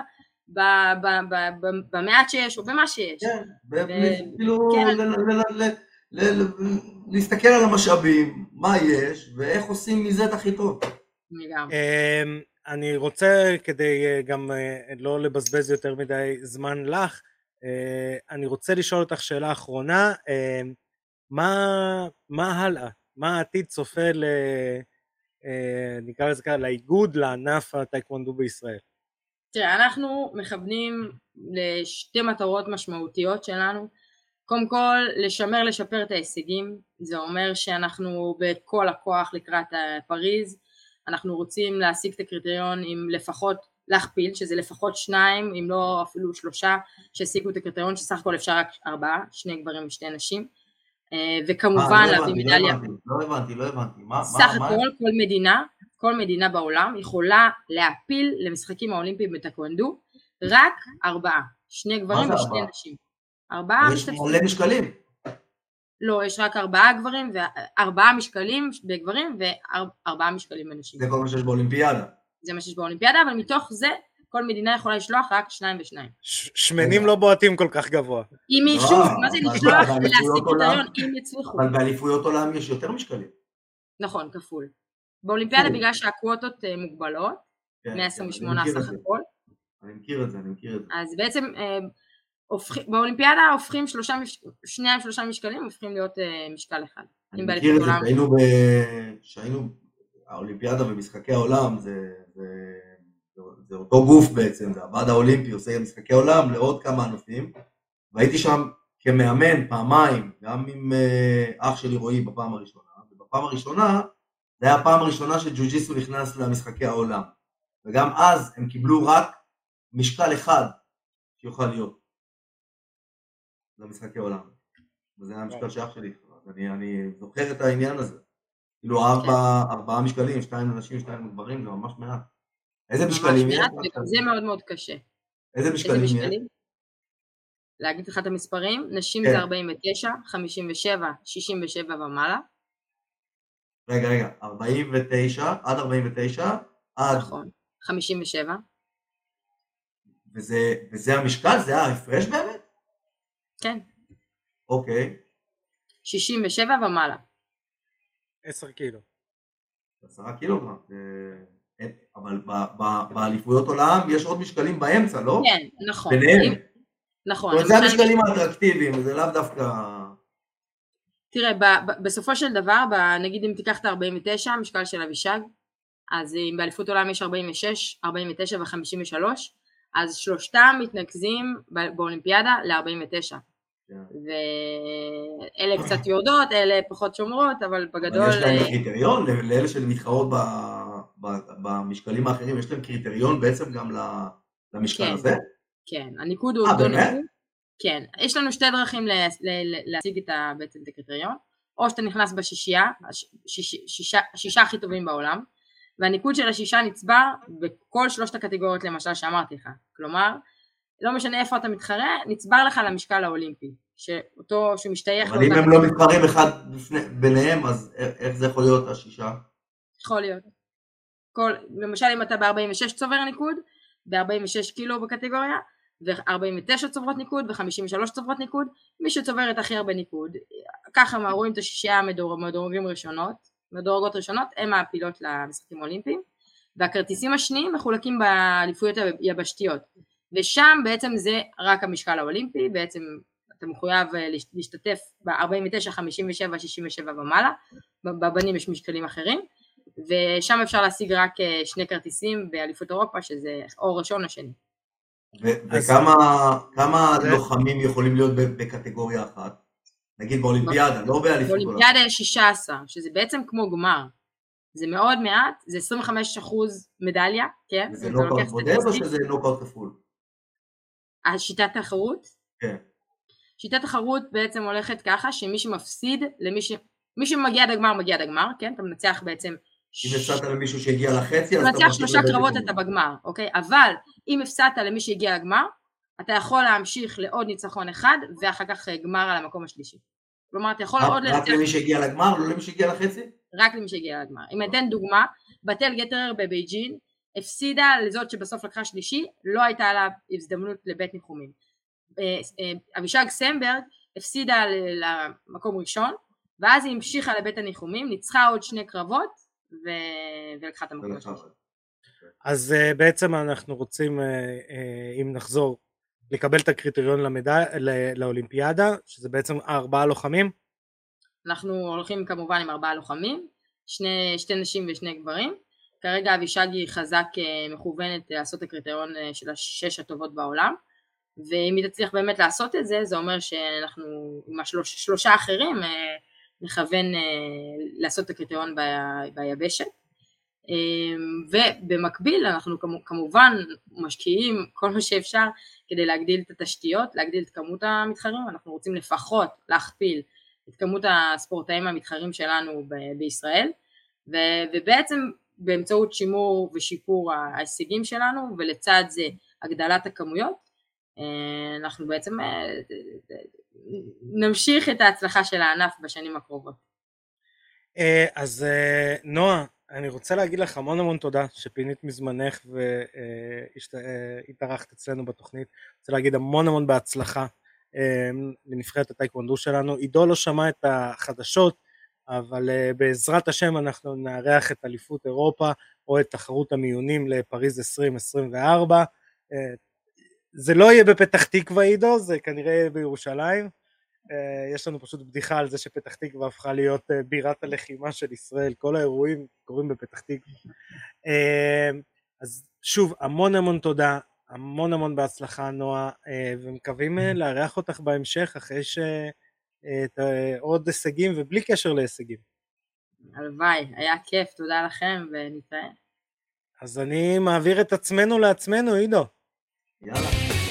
במעט שיש או במה שיש. כן, כאילו להסתכל על המשאבים, מה יש ואיך עושים מזה את הכי טוב. אני רוצה כדי גם לא לבזבז יותר מדי זמן לך, אני רוצה לשאול אותך שאלה אחרונה, מה הלאה? מה העתיד צופה נקרא לזה ככה, לאיגוד, לענף הטייקוונדו בישראל? תראה, אנחנו מכוונים לשתי מטרות משמעותיות שלנו. קודם כל, לשפר את ההישגים, זה אומר שאנחנו בכל הכוח לקראת פריז, אנחנו רוצים להשיג את הקריטריון עם לפחות להכפיל, שזה לפחות 2, אם לא אפילו 3, שהשיגו את הקריטריון, שסך הכל אפשר רק 4, 2 גברים ו2 נשים, וכמובן להביא מדליה. לא הבנתי. סך הכל, כל מדינה בעולם יכולה להפיל למשחקים האולימפיים בטקוונדו, רק 4, 2 גברים ו2 נשים. 4 משתתפים. יש מלא משקלים. לא, יש רק 4 גברים, ו4 משקלים בגברים, ו4 משקלים בנשים. זה כל מה שיש באולימפיאדה. זה מה שיש באולימפיאדה, אבל מתוך זה, כל מדינה יכולה לשלוח רק 2 ו2. שמנים לא בועטים כל כך גבוה. אם מישהו, מה זה לשלוח? להשיג קריטריון, אם יצליחו. אבל באליפויות עולם יש יותר משקלים. נכון, כפול. באולימפיאדה, בגלל שהקווטות מוגבלות, 128 סך הכל. אני מכיר את זה. אז בעצם, באולימפיאדה הופכים 2-3 משקלים, הופכים להיות משקל אחד. אני מכיר את זה, שהיינו, האולימפיאדה ומשחקי העולם, זה אותו גוף בעצם, זה הוועד האולימפי, עושה משחקי עולם לעוד כמה ענפים, והייתי שם כמאמן פעמיים, גם עם אח שלי רועי בפעם הראשונה, ובפעם הראשונה, זה היה הפעם הראשונה שג'ו-ג'יסו נכנס למשחקי העולם, וגם אז הם קיבלו רק משקל אחד שיוכל להיות למשחקי העולם, וזה היה המשקל שאח שלי, אני זוכר את העניין הזה, כאילו 4 משקלים, 2 לנשים, 2 לגברים, זה ממש מעט. איזה משקלים יש? זה מאוד מאוד קשה. איזה משקלים יש? להגיד לך את המספרים, נשים זה 49, 57, 67 ומעלה. רגע, 49, עד 49, עד... נכון, 57. וזה המשקל? זה ההפרש באמת? כן. אוקיי. 67 ומעלה. 10 קילו. 10 קילוגרם. אבל באליפויות עולם יש עוד משקלים באמצע, לא? כן, נכון. ביניהם. נכון. זאת אומרת, זה המשקלים האטרקטיביים, זה לאו דווקא... תראה, בסופו של דבר, נגיד אם תיקח את ה-49, המשקל של אבישג, אז אם באליפות עולם יש 46, 49 ו-53, אז שלושתם מתנקזים באולימפיאדה ל-49. ואלה קצת יורדות, אלה פחות שומרות, אבל בגדול... אבל יש להם קריטריון, לאלה שמתחרות במשקלים האחרים, יש להם קריטריון בעצם גם למשקל הזה? כן, הניקוד הוא אותו ניקוד. כן, יש לנו 2 דרכים להציג בעצם את הקריטריון, או שאתה נכנס בשישייה, השישה הכי טובים בעולם, והניקוד של השישה נצבר בכל 3 הקטגוריות למשל שאמרתי לך, כלומר, לא משנה איפה אתה מתחרה, נצבר לך למשקל האולימפי, שאותו שמשתייך... אבל אם הם לא מתחרים אחד ביניהם, אז איך זה יכול להיות השישה? יכול להיות. למשל אם אתה ב-46 צובר ניקוד, ב-46 קילו בקטגוריה, ו-49 צוברות ניקוד, ו-53 צוברות ניקוד, מי שצובר את הכי הרבה ניקוד, ככה רואים את השישייה מדורגות ראשונות, הם העפילות למשחקים האולימפיים, והכרטיסים השניים מחולקים באליפויות היבשתיות, ושם בעצם זה רק המשקל האולימפי, בעצם אתה מחויב להשתתף ב-49, 57, 67 ומעלה, בבנים יש משקלים אחרים, ושם אפשר להשיג רק 2 כרטיסים באליפות אירופה, שזה או ראשון או שני. וכמה לוחמים יכולים להיות בקטגוריה אחת? נגיד באולימפיאדה, לא באליפות. באולימפיאדה יש 16, שזה בעצם כמו גמר. זה מאוד מעט, זה 25% מדליה, כן? וזה נוקאוט בודד או שזה נוקאוט כפול? השיטת תחרות? כן. שיטת תחרות בעצם הולכת ככה, שמי שמפסיד, מי שמגיע עד הגמר, מגיע עד הגמר, כן? אתה מנצח בעצם... אם הפסדת למישהו שהגיע לחצי, אז אתה מנצח 3 קרבות אתה בגמר, אוקיי? אבל אם הפסדת למי שהגיע לגמר, אתה יכול להמשיך לעוד ניצחון אחד, ואחר כך גמר על המקום השלישי. כלומר, אתה יכול עוד לנצח... רק למי שהגיע לגמר, לא למי שהגיע לחצי? רק למי שהגיע לגמר. אם אתן דוגמה, בתל גטרר בבייג'ין, הפסידה לזאת שבסוף לקחה שלישי, לא הייתה לה הזדמנות לבית ניחומים. אבישג סמברג הפסידה למקום ראשון, ואז היא המשיכה לבית הניחומים, ניצחה עוד 2 קרבות, ולקחה את המקום השלישי. אז בעצם אנחנו רוצים, אם נחזור, לקבל את הקריטריון לאולימפיאדה, שזה בעצם 4 לוחמים. אנחנו הולכים כמובן עם 4 לוחמים, 2 נשים ו2 גברים. כרגע אבישג היא חזק מכוונת לעשות את הקריטריון של 6 הטובות בעולם, ואם היא תצליח באמת לעשות את זה, זה אומר שאנחנו עם 3 אחרים נכוון לעשות את הקריטריון ביבשת. ובמקביל אנחנו כמובן משקיעים כל מה שאפשר כדי להגדיל את התשתיות, להגדיל את כמות המתחרים. אנחנו רוצים לפחות להכפיל את כמות הספורטאים המתחרים שלנו בישראל, ובעצם באמצעות שימור ושיפור ההישגים שלנו, ולצד זה הגדלת הכמויות, אנחנו בעצם נמשיך את ההצלחה של הענף בשנים הקרובות. אז נועה, אני רוצה להגיד לך המון תודה שפינית מזמנך והתארחת אצלנו בתוכנית. אני רוצה להגיד המון בהצלחה לנבחרת הטייקוונדו שלנו. עידו לא שמע את החדשות, אבל בעזרת השם אנחנו נארח את אליפות אירופה או את תחרות המיונים לפריז 2024. זה לא יהיה בפתח תקווה עידו, זה כנראה בירושלים. יש לנו פשוט בדיחה על זה שפתח תקווה הפכה להיות בירת הלחימה של ישראל, כל האירועים קורים בפתח תקווה. אז שוב המון תודה, המון המון בהצלחה נועה, ומקווים לארח אותך בהמשך אחרי עוד הישגים ובלי קשר להישגים. הלוואי, היה כיף, תודה לכם ונתראה. אז אני מעביר את עצמנו לעצמנו, עידו. יאללה.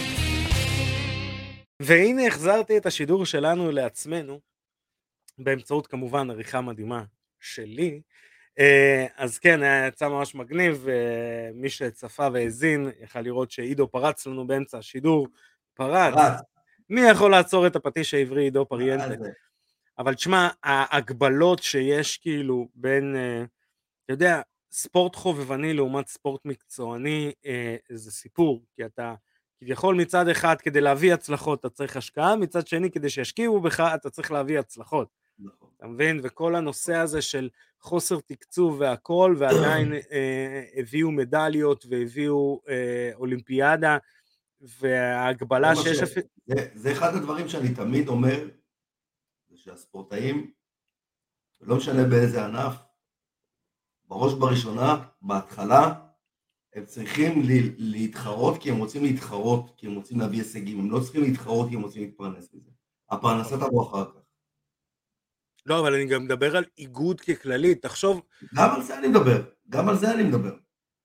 והנה החזרתי את השידור שלנו לעצמנו, באמצעות כמובן עריכה מדהימה שלי. אז כן, היה יצא ממש מגניב, מי שצפה והזין יכל לראות שעידו פרץ לנו באמצע השידור, פרץ. מי יכול לעצור את הפטיש העברי? עידו פריאנטה. אבל תשמע, ההגבלות שיש כאילו בין, אתה יודע, ספורט חובבני לעומת ספורט מקצועני, זה סיפור, כי אתה כביכול מצד אחד כדי להביא הצלחות אתה צריך השקעה, מצד שני כדי שישקיעו בך אתה צריך להביא הצלחות. אתה מבין? וכל הנושא הזה של חוסר תקצוב והכל, ועדיין הביאו מדליות והביאו אולימפיאדה, וההגבלה שיש... זה אחד הדברים שאני תמיד אומר, זה שהספורטאים, לא משנה באיזה ענף, בראש בראשונה, בהתחלה, הם צריכים להתחרות כי הם רוצים להתחרות, כי הם רוצים להביא הישגים, הם לא צריכים להתחרות כי הם רוצים להתפרנס בזה. הפרנסה תבוא אחר כך. לא, אבל אני גם מדבר על איגוד ככללי, תחשוב... גם על זה אני מדבר.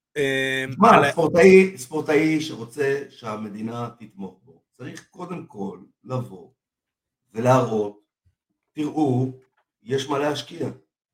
ספורטאי שרוצה שהמדינה תתמוך בו, צריך קודם כל לבוא ולהראות, תראו, יש מה להשקיע.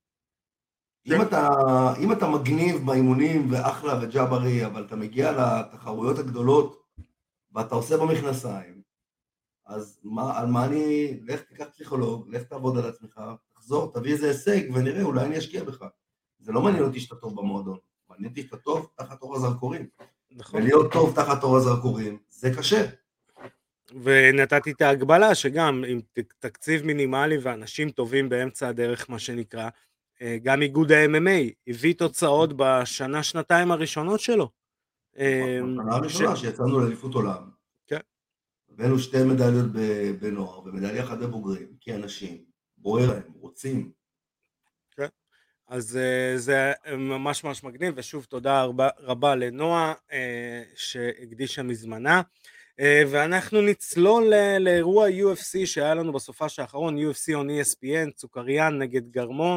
אם אתה מגניב באימונים ואחלה וג'אברי, אבל אתה מגיע לתחרויות הגדולות ואתה עושה במכנסיים, אז על מה אני, לך תיקח פסיכולוג, לך תעבוד על עצמך, תחזור, תביא איזה הישג ונראה, אולי אני אשקיע בך. זה לא מעניין אותי שאתה טוב במועדון, מעניין אותי שאתה טוב תחת אור הזרקורים. ולהיות טוב תחת אור הזרקורים, זה קשה. ונתתי את ההגבלה שגם עם תקציב מינימלי ואנשים טובים באמצע הדרך, מה שנקרא, גם איגוד ה-MMA הביא תוצאות בשנה, שנתיים הראשונות שלו. בשנה הראשונה שיצאנו לאליפות עולם. כן. הבאנו 2 מדליות בנוער ומדליה אחת בבוגרים, כי אנשים בוער להם, רוצים. כן. אז זה ממש ממש מגניב, ושוב תודה רבה לנועה שהקדישה מזמנה. ואנחנו נצלול לאירוע UFC שהיה לנו בסופש האחרון, UFC on ESPN, צוקריאן נגד גרמון.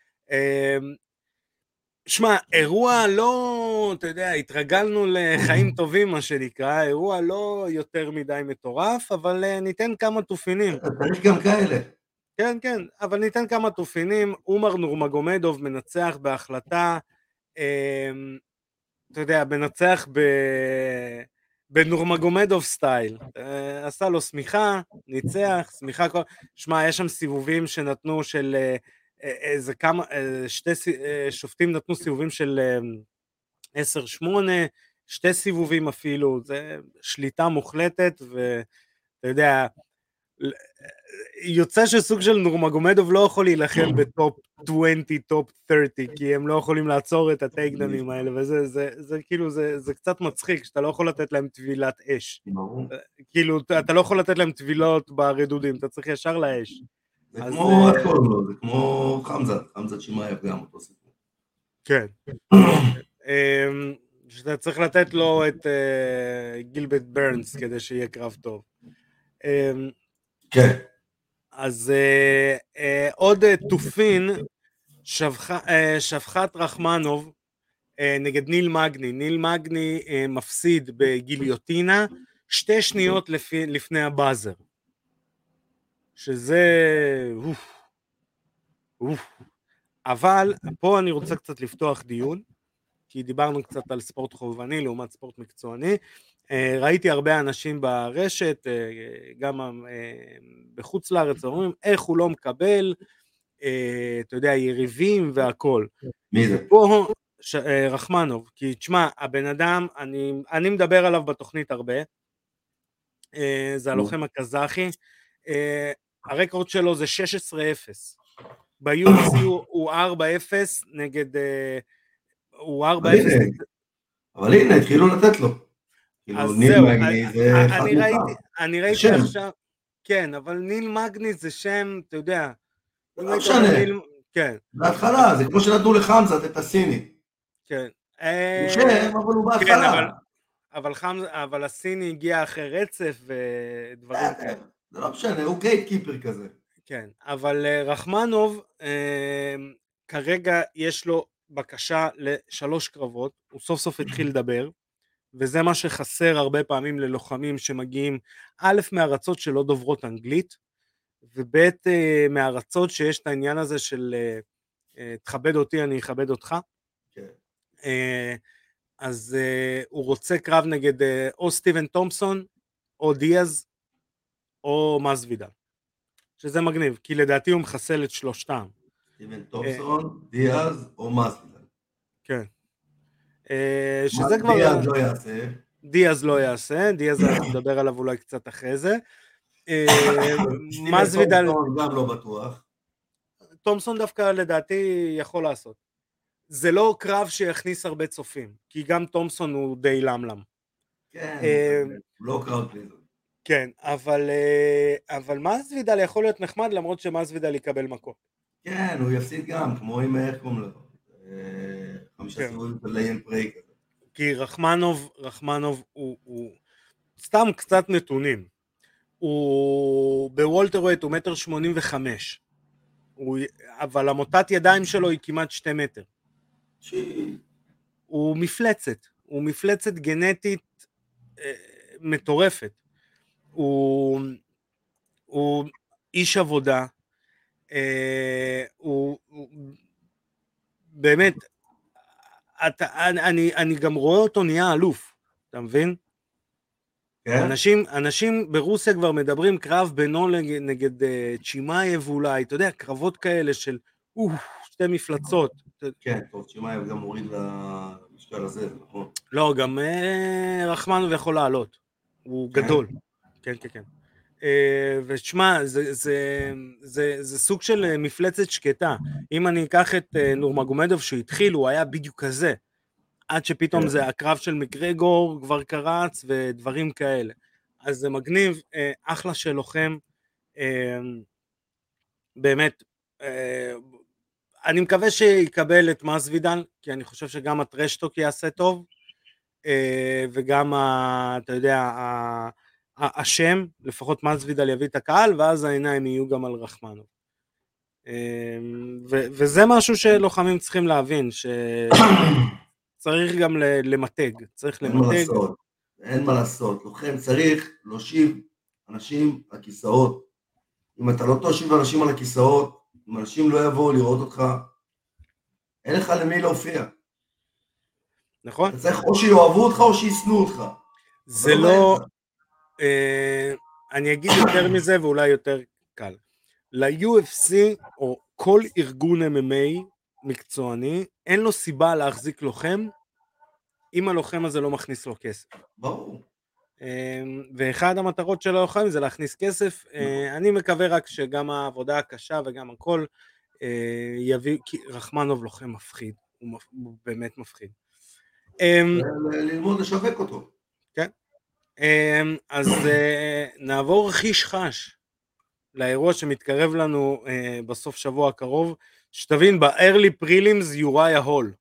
שמע, אירוע לא, אתה יודע, התרגלנו לחיים טובים מה שנקרא, אירוע לא יותר מדי מטורף, אבל ניתן כמה תופינים. צריך גם כאלה. כן, כן, אבל ניתן כמה תופינים. עומר נורמגומדוב מנצח בהחלטה, אתה יודע, מנצח בנורמגומדוב סטייל, עשה לו סמיכה, ניצח, סמיכה, שמע, יש שם סיבובים שנתנו של... איזה כמה, שתי שופטים נתנו סיבובים של 10-8, 2 סיבובים אפילו, זה שליטה מוחלטת, ואתה יודע, יוצא שסוג של נורמגומדוב לא יכול להילחם בטופ 20, טופ 30, כי הם לא יכולים לעצור את הטייקדאונים האלה, וזה כאילו, זה קצת מצחיק, שאתה לא יכול לתת להם טבילת אש, כאילו, אתה לא יכול לתת להם טבילות ברדודים, אתה צריך ישר לאש. זה כמו, איך קוראים לו, זה כמו חמזת שמאייב גם אותו סיפור. כן. שאתה צריך לתת לו את גילברט ברנס כדי שיהיה קרב טוב. כן. אז עוד תופין, שבחת רחמנוב נגד ניל מגני. ניל מגני מפסיד בגיליוטינה 2 שניות לפני הבאזר. שזה אבל פה אני רוצה קצת לפתוח דיון, כי דיברנו קצת על ספורט חובבני לעומת ספורט מקצועני. ראיתי הרבה אנשים ברשת, גם בחוץ לארץ, אומרים איך הוא לא מקבל, אתה יודע, יריבים והכל. מי זה? פה רחמנוב, כי תשמע, הבן אדם, אני מדבר עליו בתוכנית הרבה, זה הלוחם הקזחי, הרקורד שלו זה 16-0, ב-UFC הוא 4-0 נגד, הוא 4-0 אבל הנה, התחילו לתת לו. אז זהו, אני ראיתי עכשיו, כן, אבל ניל מגני זה שם, אתה יודע, לא משנה, כן. בהתחלה, זה כמו שנתנו לחמזת את הסיני. כן. הוא שם, אבל הוא בהתחלה. אבל הסיני הגיע אחרי רצף ודברים כאלה. זה לא משנה, הוא גייט קיפר כזה. כן, אבל רחמנוב, כרגע יש לו בקשה ל3 קרבות, הוא סוף סוף התחיל לדבר, וזה מה שחסר הרבה פעמים ללוחמים שמגיעים, א', מארצות שלא דוברות אנגלית, וב', מארצות שיש את העניין הזה של תכבד אותי, אני אכבד אותך. כן. אז הוא רוצה קרב נגד או סטיבן תומפסון, או דיאז, או מסוידל. שזה מגניב, כי לדעתי הוא מחסל את שלושתם. סטיבן תומפסון, דיאז או מסוידל. כן. שזה כבר... דיאז לא יעשה. דיאז לא יעשה, דיאז אנחנו נדבר עליו אולי קצת אחרי זה. מסוידל... תומפסון גם לא בטוח. תומפסון דווקא לדעתי יכול לעשות. זה לא קרב שיכניס הרבה צופים, כי גם תומפסון הוא די למלם. כן, לא קרב פליזר. כן, אבל מסוידל יכול להיות נחמד, למרות שמסוידל יקבל מכות. כן, הוא יפסיד גם, כמו עם איך קוראים לו. 5 סיבובים של ליין פריי כזה. כי רחמנוב הוא סתם קצת נתונים. הוא בוולטרווייט הוא 1.85 מטר. אבל המוטת ידיים שלו היא כמעט 2 מטר. הוא מפלצת גנטית מטורפת. הוא איש עבודה, הוא באמת, אני גם רואה אותו נהיה אלוף, אתה מבין? כן? אנשים ברוסיה כבר מדברים קרב בינו נגד צ'ימאייב אולי, אתה יודע, קרבות כאלה של 2 מפלצות. כן, טוב, צ'ימאייב גם מוריד למשקל הזה, נכון? לא, גם רחמנוב יכול לעלות, הוא גדול. כן. ושמע, זה סוג של מפלצת שקטה. אם אני אקח את נורמגומדוב שהתחיל, הוא היה בדיוק כזה. עד שפתאום זה הקרב של מקרגור כבר קרץ ודברים כאלה. אז זה מגניב, אחלה של לוחם. באמת, אני מקווה שיקבל את מסוידל, כי אני חושב שגם הטרשטוק יעשה טוב, וגם, אתה יודע, השם, לפחות מסוידל יביא את הקהל, ואז העיניים יהיו גם על רחמנוב. וזה משהו שלוחמים צריכים להבין, שצריך גם למתג, צריך למתג. אין מה לעשות, לוחם צריך להושיב אנשים על כיסאות. אם אתה לא תושיב אנשים על הכיסאות, אם אנשים לא יבואו לראות אותך, אין לך למי להופיע. נכון. אתה צריך או שיאהבו אותך או שיסנו אותך. זה לא... אני אגיד יותר מזה ואולי יותר קל. ל-UFC או כל ארגון MMA מקצועני, אין לו סיבה להחזיק לוחם, אם הלוחם הזה לא מכניס לו כסף. ברור. ואחד המטרות של הלוחם זה להכניס כסף. אני מקווה רק שגם העבודה הקשה וגם הכל יביא, כי רחמנוב לוחם מפחיד, הוא באמת מפחיד. ללמוד לשווק אותו. כן. אז נעבור חיש חש לאירוע שמתקרב לנו בסוף שבוע הקרוב, שתבין, ב-early prelims יוריה הול.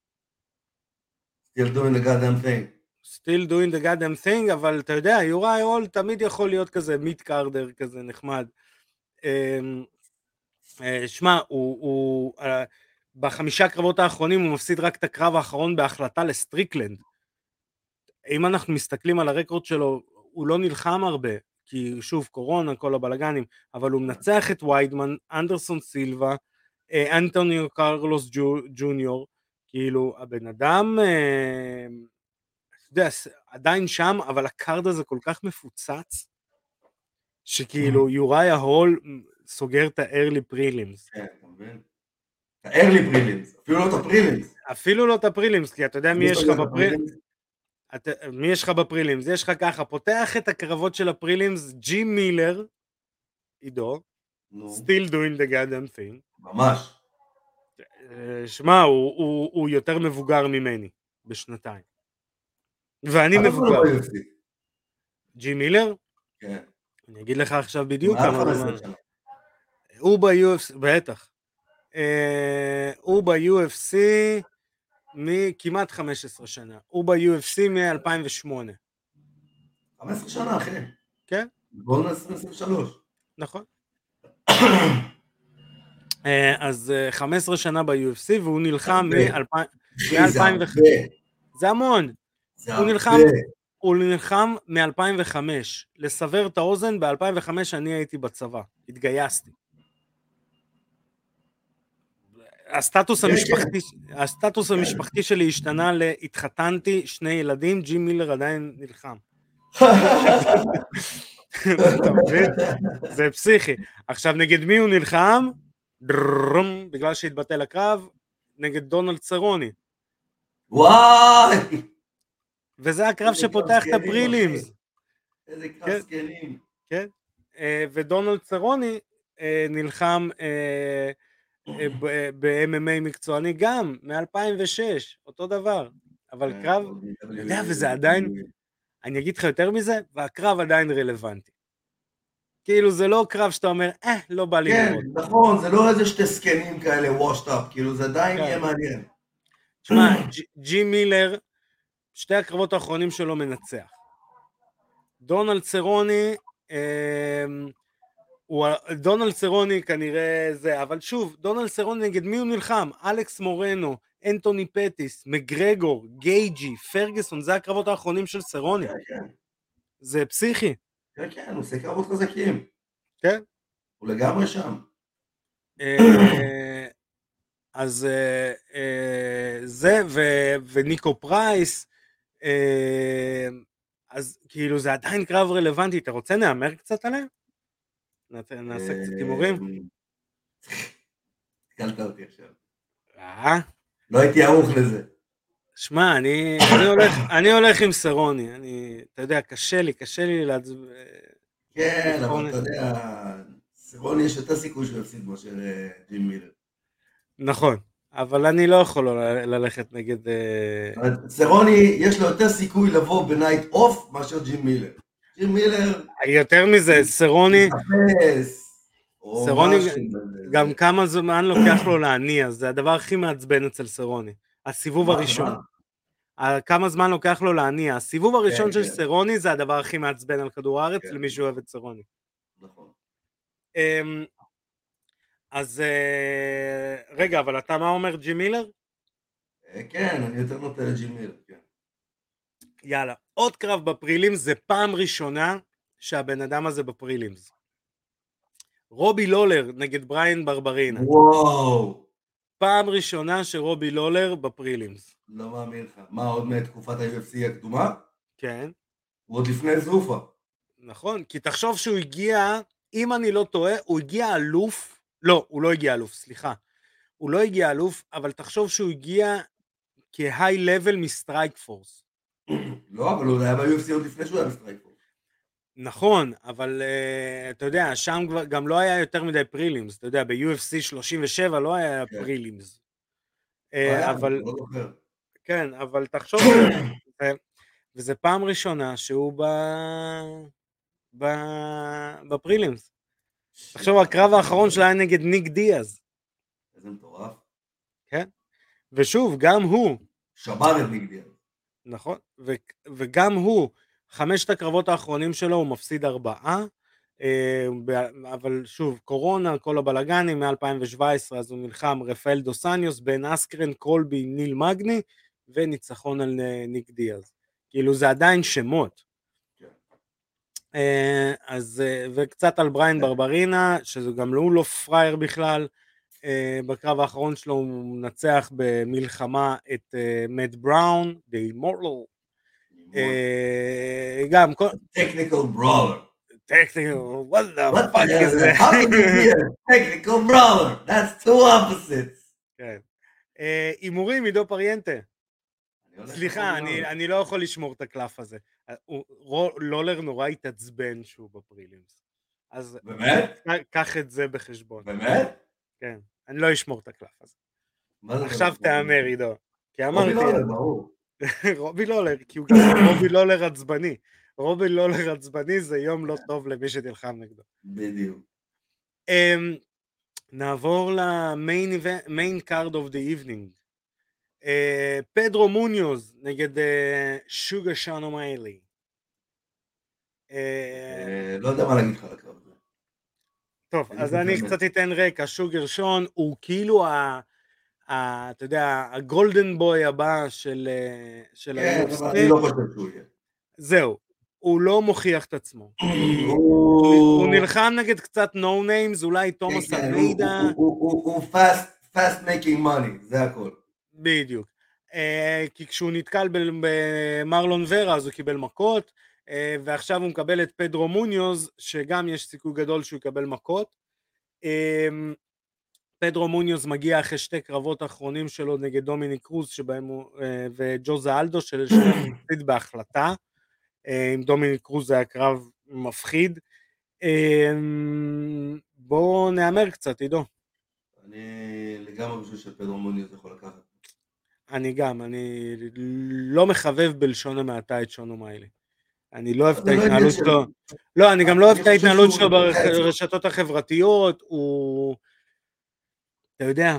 Still doing the goddamn thing. Still doing the goddamn thing, אבל אתה יודע, יוריה הול תמיד יכול להיות כזה מיט קארדר כזה נחמד. שמע, ב5 קרבות האחרונים הוא מפסיד רק את הקרב האחרון בהחלטה לסטריקלנד. אם אנחנו מסתכלים על הרקורד שלו, הוא לא נלחם הרבה, כי שוב קורונה, כל הבלגנים, אבל הוא מנצח את ויידמן, אנדרסון סילבה, אנטוניו קרלוס ג'וניור, כאילו הבן אדם, אתה יודע, עדיין שם, אבל הקארד הזה כל כך מפוצץ, שכאילו יוריה הול סוגר את ה-early prelims. כן, אתה מבין? ה-early prelims, אפילו לא את הפרילימס. אפילו לא את הפרילימס, כי אתה יודע מי יש לך בפרילימס? מי יש לך בפרילימס? יש לך ככה, פותח את הקרבות של הפרילימס, ג'י מילר, עידו, still doing the goddamn thing. ממש. שמע, הוא יותר מבוגר ממני, בשנתיים. ואני מבוגר. ג'י מילר? כן. אני אגיד לך עכשיו בדיוק כמה זמן. הוא ב-UFC, בטח. הוא ב-UFC מכמעט 15 שנה. הוא ב-UFC מ-2008. 15 שנה, אחי. כן. בואו 2023. נכון. אז 15 שנה ב-UFC, והוא נלחם מ-2005. זה המון. הוא נלחם מ-2005. לסבר את האוזן, ב-2005 אני הייתי בצבא. התגייסתי. הסטטוס המשפחתי שלי השתנה להתחתנתי, 2 ילדים, ג'ים מילר עדיין נלחם. זה פסיכי. עכשיו נגד מי הוא נלחם? בגלל שהתבטל הקרב, נגד דונלד סרוני. וואי! וזה הקרב שפותח את הפרילימס. איזה קרב סקנים. כן. ודונלד סרוני נלחם ב-MMA מקצועני גם, מ-2006, אותו דבר. אבל קרב, וזה עדיין, אני אגיד לך יותר מזה, והקרב עדיין רלוונטי. כאילו זה לא קרב שאתה אומר, לא בא לי לראות. כן, נכון, זה לא איזה 2 סקנים כאלה, וושט אפ, כאילו זה עדיין יהיה מעניין. תשמע, ג'ים מילר, 2 הקרבות האחרונים שלו מנצח. דונלד סרוני כנראה זה, אבל שוב, דונלד סרוני נגד מי הוא נלחם? אלכס מורנו, אנטוני פטיס, מגרגור, גייג'י, פרגסון, זה הקרבות האחרונים של סרוני. זה פסיכי. כן, כן, הוא עושה קרבות חזקים. כן. הוא לגמרי שם. אז זה, וניקו פרייס, אז כאילו זה עדיין קרב רלוונטי, אתה רוצה נאמר קצת עליהם? נעשה קצת הימורים? התקלת אותי עכשיו. לא הייתי ערוך לזה. שמע, אני הולך עם סרוני, אתה יודע, קשה לי כן, אבל אתה יודע, סרוני יש יותר סיכוי שהוא יפסיד מאשר ג'ים מילר. נכון, אבל אני לא יכול ללכת נגד... סרוני יש לו יותר סיכוי לבוא בנייט אוף מאשר ג'ים מילר. ג'ים מילר... יותר מזה, סרוני... גם כמה זמן לוקח לו להניע, זה הדבר הכי מעצבן אצל סרוני. הסיבוב הראשון. כמה זמן לוקח לו להניע. הסיבוב הראשון של סרוני זה הדבר הכי מעצבן על כדור הארץ, למי שאוהב את סרוני. נכון. אז רגע, אבל אתה מה אומר, ג'ים מילר? כן, אני יותר נוטה לג'ים מילר, כן. יאללה, עוד קרב בפרילימס, זה פעם ראשונה שהבן אדם הזה בפרילימס. רובי לולר נגד בריין ברברינה. וואו. פעם ראשונה שרובי לולר בפרילימס. לא מאמין לך. מה, עוד מתקופת ה-UFC הקדומה? כן. עוד לפני זופה. נכון, כי תחשוב שהוא הגיע, אם אני לא טועה, הוא הגיע אלוף, לא, הוא לא הגיע אלוף, סליחה. הוא לא הגיע אלוף, אבל תחשוב שהוא הגיע כהיי לבל מסטרייק פורס. לא, אבל הוא היה ב-UFC עוד לפני שהוא היה מסטרייק פורס. נכון, אבל אתה יודע, שם גם לא היה יותר מדי פרילימס, אתה יודע, ב-UFC 37 לא היה פרילימס. אבל, כן, אבל תחשוב, וזה פעם ראשונה שהוא בפרילימס. תחשוב, הקרב האחרון שלה היה נגד ניק דיאז. איזה מטורף. כן, ושוב, גם הוא. שבר את ניק דיאז. נכון, וגם הוא, 5 הקרבות האחרונים שלו הוא מפסיד 4, אבל שוב, קורונה, כל הבלגנים, מ-2017 אז הוא נלחם רפאל דוסניוס, בן אסקרן, קולבי, ניל מגני, וניצחון על ניק דיאז. כאילו זה עדיין שמות. אז, וקצת על בריין ברברינה, שזה גם לא פרייר בכלל, בקרב האחרון שלו הוא מנצח במלחמה את מאט בראון, The Immortal, גם Technical Brawler. Technical, what the fuck is that? How did you hear? Technical Brawler, that's two opposites. כן. הימורים, עידו פריאנטה. סליחה, אני לא יכול לשמור את הקלף הזה. לולר נורא התעצבן שהוא בפרילימס. אז באמת? קח את זה בחשבון. באמת? כן, אני לא אשמור את הקלף הזה. עכשיו תאמר, עידו. רובי לולר, ברור. רובי לולר, כי הוא גם רובי לולר עצבני. רובי לולר עצבני זה יום לא טוב למי שתלחם נגדו. בדיוק. נעבור למיין קארד אוף דה איבנינג. פדרו מוניוז נגד שוגה שון אומיילי. לא יודע מה להגיד לך על הקרב הזה. טוב, אז אני קצת אתן רקע. שוגר שון הוא כאילו אתה יודע, הגולדן בוי הבא של כן, אבל ה-UFC. אני לא חושב שהוא יהיה. זהו, הוא לא מוכיח את עצמו. הוא נלחם נגד קצת no names, אולי תומאס אלמיידה. הוא fast making money, זה הכל. בדיוק. כי כשהוא נתקל במרלון ורה אז הוא קיבל מכות, ועכשיו הוא מקבל את פדרו מוניוז, שגם יש סיכוי גדול שהוא יקבל מכות. פדרו מוניוז מגיע אחרי שתי קרבות האחרונים שלו נגד דומיניק קרוז שבהם הוא, וג'וזה אלדו ששניהם הפסיד בהחלטה. עם דומיניק קרוז זה היה קרב מפחיד. בואו נאמר קצת, עידו. אני לגמרי חושב שפדרו מוניוז יכול לקחת. אני לא מחבב בלשון המעטה את שון אומיילי. אני לא אוהב את ההתנהלות שלו. לא, אני גם לא אוהב את ההתנהלות שלו ברשתות החברתיות. הוא, אתה יודע,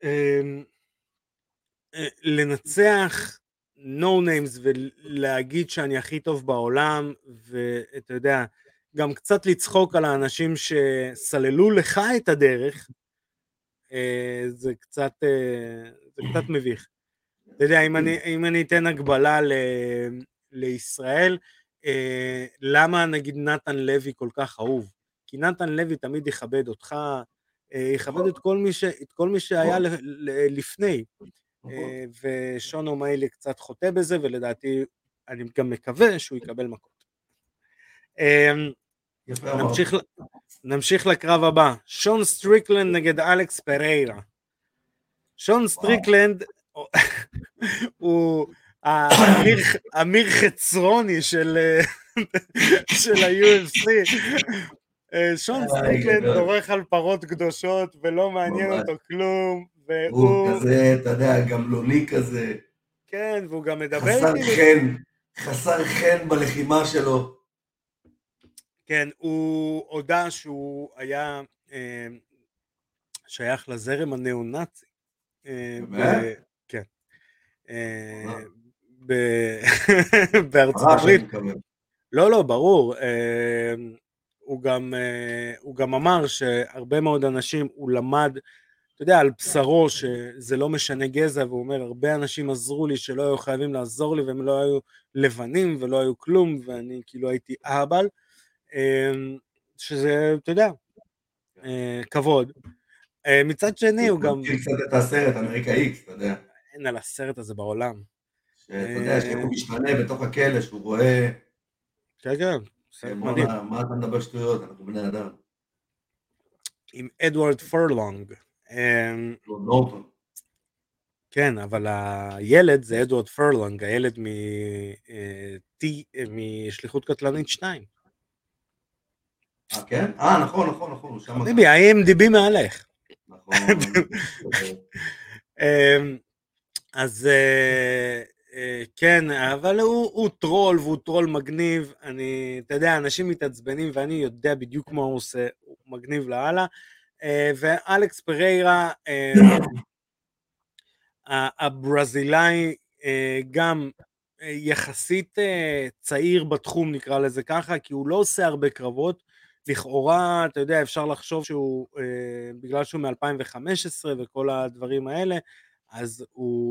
לנצח no names ולהגיד שאני הכי טוב בעולם, ואתה יודע, גם קצת לצחוק על האנשים שסללו לך את הדרך, זה קצת מביך. אתה יודע, אם אני אתן הגבלה לישראל, למה נגיד נתן לוי כל כך אהוב? כי נתן לוי תמיד יכבד אותך, יכבד את כל מי שהיה לפני, ושון אומיילי קצת חוטא בזה, ולדעתי אני גם מקווה שהוא יקבל מכות. נמשיך לקרב הבא, שון סטריקלנד נגד אלכס פריירה. שון סטריקלנד הוא אמיר חצרוני של ה-UFC. שון סטריקלנד דורך על פרות קדושות ולא מעניין אותו כלום, הוא כזה, אתה יודע, גמלוני כזה. כן, והוא גם מדבר חסר חן בלחימה שלו. כן, הוא הודע שהוא היה שייך לזרם הנאו-נאצי. כן. בארצות הברית. לא, ברור. הוא גם אמר שהרבה מאוד אנשים, הוא למד, אתה יודע, על בשרו שזה לא משנה גזע, והוא אומר, הרבה אנשים עזרו לי שלא היו חייבים לעזור לי, והם לא היו לבנים ולא היו כלום, ואני כאילו הייתי אהבל, שזה, אתה יודע, כבוד. מצד שני הוא גם... הוא קצת את הסרט אמריקה איקס, אתה יודע. אין על הסרט הזה בעולם. שאתה יודע, שהוא משתנה בתוך הכלא, שהוא רואה... כן, סרט מדהים. מה אתה מדבר שטויות, אנחנו בני אדם. עם אדוארד פרלונג. נורטון. כן, אבל הילד זה אדוארד פרלונג, הילד משליחות קטלנית 2. כן? נכון. חביבי, ה-IMDb מעליך. נכון. אז כן, אבל הוא טרול, והוא טרול מגניב. אתה יודע, אנשים מתעצבנים ואני יודע בדיוק מה הוא עושה, הוא מגניב להלאה. ואלכס פריירה, הברזילאי, גם יחסית צעיר בתחום, נקרא לזה ככה, כי הוא לא עושה הרבה קרבות. לכאורה, אתה יודע, אפשר לחשוב שהוא, בגלל שהוא מ-2015 וכל הדברים האלה, אז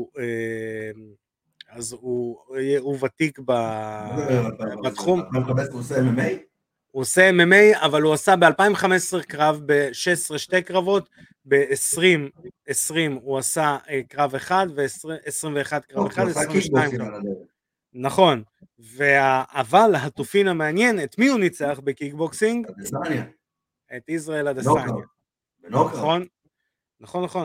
הוא ותיק בתחום. 2015 הוא עושה MMA? הוא עושה MMA, אבל הוא עשה ב-2015 קרב, ב-16 שתי קרבות, ב-2020 הוא עשה קרב אחד, ו-21 קרב אחד, 22 קרב. נכון, אבל התופין המעניין, את מי הוא ניצח בקיקבוקסינג? אדסניה. את ישראל אדסניה. בנוקאוט. נכון.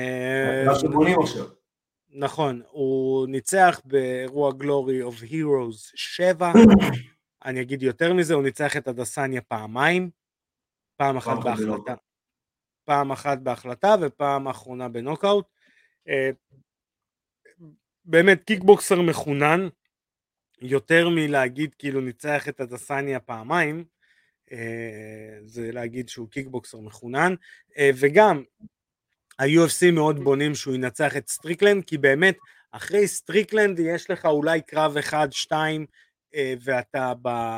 נכון, הוא ניצח באירוע גלורי אוף הירוז 7, אני אגיד יותר מזה, הוא ניצח את אדסניה פעמיים, פעם אחת בהחלטה ופעם האחרונה בנוקאוט. באמת קיקבוקסר מחונן, יותר מלהגיד כאילו ניצח את אדסניה פעמיים, זה להגיד שהוא קיקבוקסר מחונן, וגם ה-UFC מאוד בונים שהוא ינצח את סטריקלנד, כי באמת, אחרי סטריקלנד יש לך אולי קרב 1-2, ואתה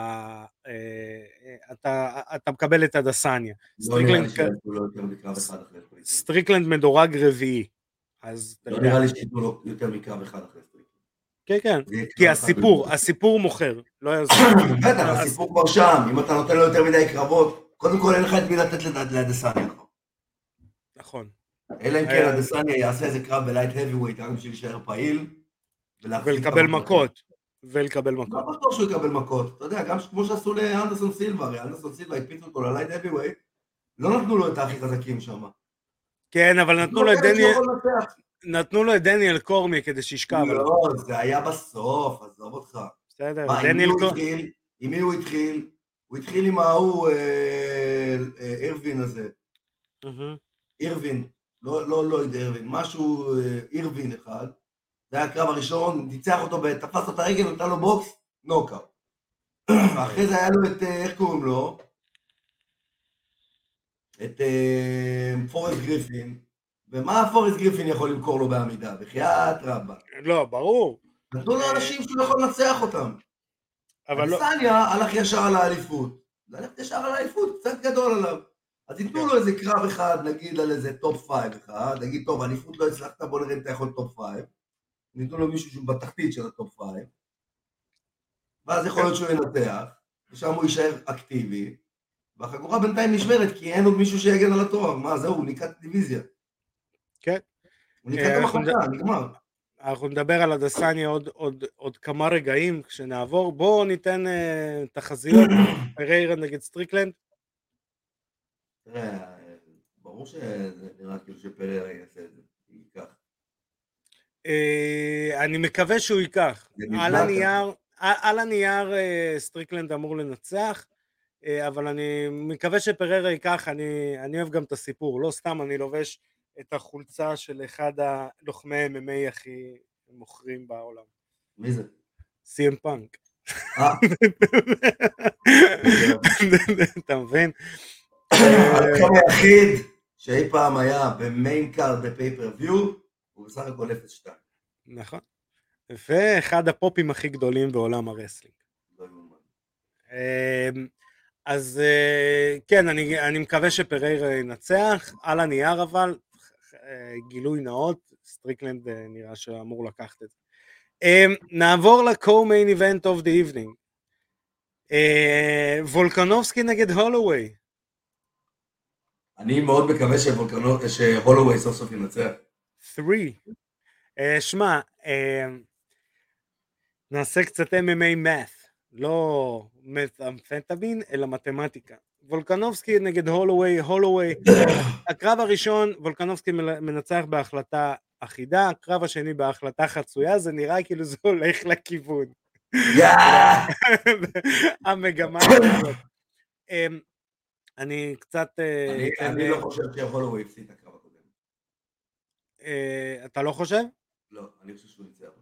אתה מקבל את הדסניה. לא נראה לי שיעשו לו יותר מקרב אחד אחרי סטריקלנד. סטריקלנד מדורג רביעי. לא נראה לי שיתנו לו יותר מקרב אחד אחרי סטריקלנד. כן, כן, כי הסיפור מוכר, לא יעזור. בטח, הסיפור כבר שם, אם אתה נותן לו יותר מדי קרבות, קודם כל אין לך את מי לתת לדסניה. נכון. אלא אם כן הדסניה יעשה איזה קרב בלייט heavyweight, רק בשביל להישאר פעיל, ולקבל מכות. לא בטוח שהוא יקבל מכות, אתה יודע, גם כמו שעשו לאנדרסון סילבה, הרי אנדרסון סילבה הקפיצו אותו ללייט heavyweight, לא נתנו לו את הכי חזקים שם. כן, אבל נתנו לו את דניאל קורמי כדי שישכב. לא, זה היה בסוף, עזוב אותך. בסדר, דניאל קורמי. עם מי הוא התחיל? הוא התחיל עם ההוא אירווין הזה. אירווין, לא אירווין, משהו אירווין אחד. זה היה הקרב הראשון, ניצח אותו, תפס לו את הרגל, נתן לו בוקס, נוקאוט. אחרי זה היה לו את, איך קוראים לו? את פורסט גריפין. ומה פורסט גריפין יכול למכור לו בעמידה? בחייאת רבה. לא, ברור. נתנו לו אנשים שהוא יכול לנצח אותם. אבל לא... סניה הלך ישר על האליפות. זה הלך ישר על האליפות, קצת גדול עליו. אז ייתנו לו איזה קרב אחד, נגיד על איזה טופ 5 אחד, נגיד, טוב, האליפות לא הצלחת, בוא נראה אם אתה יכול טופ 5. ניתנו לו מישהו שהוא בתחתית של הטופ 5. ואז יכול להיות שהוא ינתח, ושם הוא יישאר אקטיבי, והחגורה בינתיים נשמרת, כי אין עוד מישהו שיגן על התואר. מה, זהו, הוא ניקת דיוויזיה. כן. הוא ניקת המחלקה, נגמר. אנחנו נדבר על הדסניה עוד כמה רגעים כשנעבור. בואו ניתן תחזיות, פריירה נגד סטריקלנד. תראה, ברור שזה נראה כאילו שפריירה יעשה את זה, ייקח. אני מקווה שהוא ייקח. על הנייר סטריקלנד אמור לנצח, אבל אני מקווה שפריירה ייקח. אני אוהב גם את הסיפור, לא סתם אני לובש את החולצה של אחד הלוחמי MMA הכי מוכרים בעולם. מי זה? CM פאנק. אתה מבין? המקום היחיד שאי פעם היה במיין קארד בפייפריוויו, הוא בסך הכל 0-2. נכון. ואחד הפופים הכי גדולים בעולם הרסלינג. אז כן, אני מקווה שפריירה ינצח, על הנייר אבל, גילוי נאות, סטריקלנד נראה שאמור לקחת את זה. נעבור לקו-מיין איבנט אוף דה איבנינג. וולקנובסקי נגד הולווי. אני מאוד מקווה שהולווי סוף סוף ינצח. 3. שמע, נעשה קצת MMA math, לא מת'אמפטמין, אלא מתמטיקה. וולקנובסקי נגד הולווי, הקרב הראשון, וולקנובסקי מנצח בהחלטה אחידה, הקרב השני בהחלטה חצויה, זה נראה כאילו זה הולך לכיוון. המגמה הזאת. אני קצת... אני לא חושב שהולווי הפסיד את הקרב הקודם. אתה לא חושב? לא, אני חושב שהוא ניצח.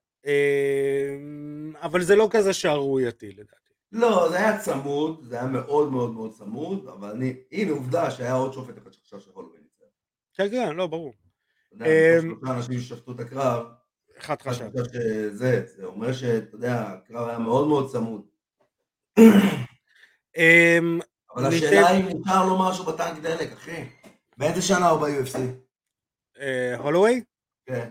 אבל זה לא כזה שערורייתי לדעתי. לא, זה היה צמוד, זה היה מאוד מאוד מאוד צמוד, אבל הנה עובדה שהיה עוד שופט אחד שחשב שהולווי ניצח. כן, כן, לא, ברור. אתה יודע, שלושה אנשים ששפטו את הקרב, אחד חשב. זה אומר שאתה יודע, הקרב היה מאוד מאוד צמוד. אבל השאלה אם נשאר לו משהו בטנק דלק, אחי. באיזה שנה הוא ב-UFC? הולווי? כן.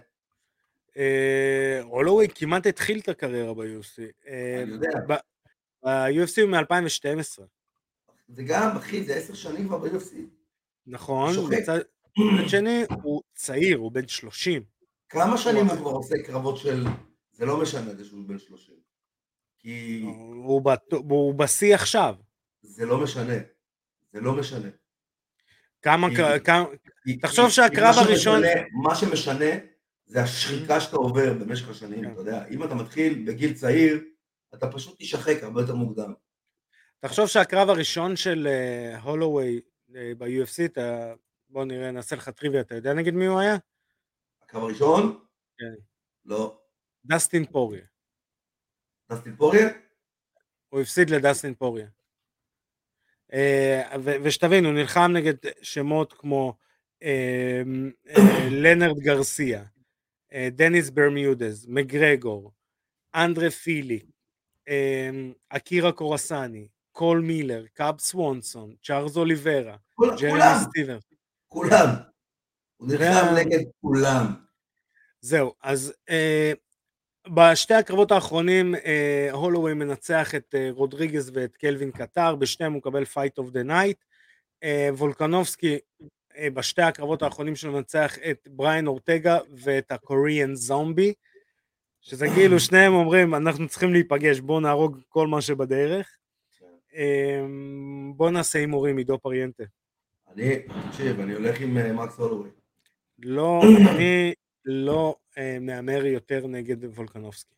הולווי כמעט התחיל את הקריירה ב-UFC. אני יודע. ב-UFC הוא מ-2012. זה גם, אחי, זה 10 שנים כבר ב-UFC. נכון. בצד שני הוא צעיר, הוא בן 30. כמה שנים הוא כבר עושה קרבות של... זה לא משנה זה שהוא בן 30. כי... הוא בשיא עכשיו. זה לא משנה. זה לא משנה. תחשוב שהקרב הראשון... מה שמשנה זה השחיקה שאתה עובר במשך השנים, אתה יודע. אם אתה מתחיל בגיל צעיר, אתה פשוט תשחק הרבה יותר מוקדם. תחשוב שהקרב הראשון של הולווי ב-UFC, בוא נראה, נעשה לך טריוויה, אתה יודע נגד מי הוא היה? הקרב הראשון? כן. לא. דסטין פוריה. דסטין פוריה? הוא הפסיד לדסטין פוריה. ושתבין, הוא נלחם נגד שמות כמו לנרד גרסיה, דניס ברמיודז, מגרגור, אנדרה פילי, אקירה קורסני, קול מילר, קאב סוונסון, צ'ארלס אוליברה, ג'רמי סטיבר. כולם. הוא נלחם נגד כולם. זהו, אז בשתי הקרבות האחרונים הולווי מנצח את רודריגז ואת קלווין קטר, בשניהם הוא מקבל פייט אוף דה נייט. וולקנובסקי בשתי הקרבות האחרונים שלו מנצח את בריין אורטגה ואת הקוריאן זומבי, שזה כאילו שניהם אומרים אנחנו צריכים להיפגש, בואו נהרוג כל מה שבדרך. בואו נעשה הימורים, עידו פריאנטה. תקשיב, אני הולך עם מקס הולווי. לא, אני לא מאמר יותר נגד וולקנובסקי.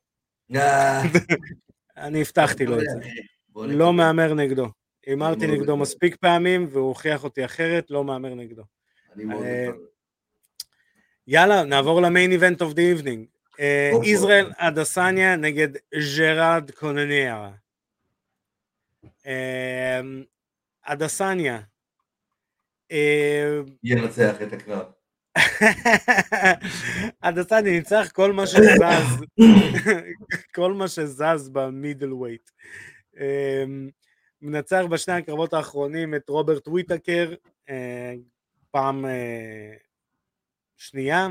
אני הבטחתי לו את זה. לא מאמר נגדו. אמרתי נגדו מספיק פעמים והוא הוכיח אותי אחרת, לא מאמר נגדו. יאללה, נעבור למיין איבנט אוף דה איבנינג. ישראל אדסניה נגד ז'רארד קונניארה. אדסניה ינצח את הקרב. אדסניה ניצח כל מה שזז במידל ווייט. מנצח בשני הקרבות האחרונים את רוברט וויטקר פעם שנייה,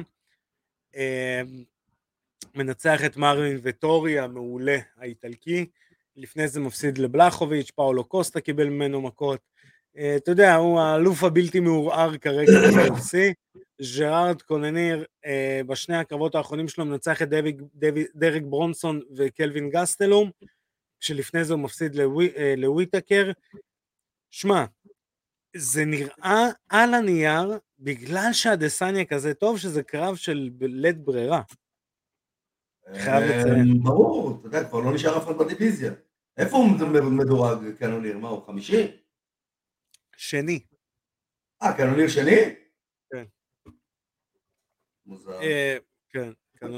מנצח את מרווין וטורי המעולה האיטלקי, לפני זה מפסיד לבלחוביץ', פאולו קוסטה קיבל ממנו מכות, אתה יודע, הוא האלוף הבלתי מעורער כרגע ב-UFC. ז'רארד קונניר בשני הקרבות האחרונים שלו מנצח את דרק ברונסון וקלווין גסטלום, כשלפני זה הוא מפסיד לוויטקר. שמע, זה נראה על הנייר, בגלל שהדסניה כזה טוב, שזה קרב של בלית ברירה. חייב לציין. ברור, אתה יודע, כבר לא נשאר אף אחד בדיוויזיה. איפה הוא מדורג קנוניר? מה הוא, 5? שני. קנוניר שני? כן. מוזר. כן,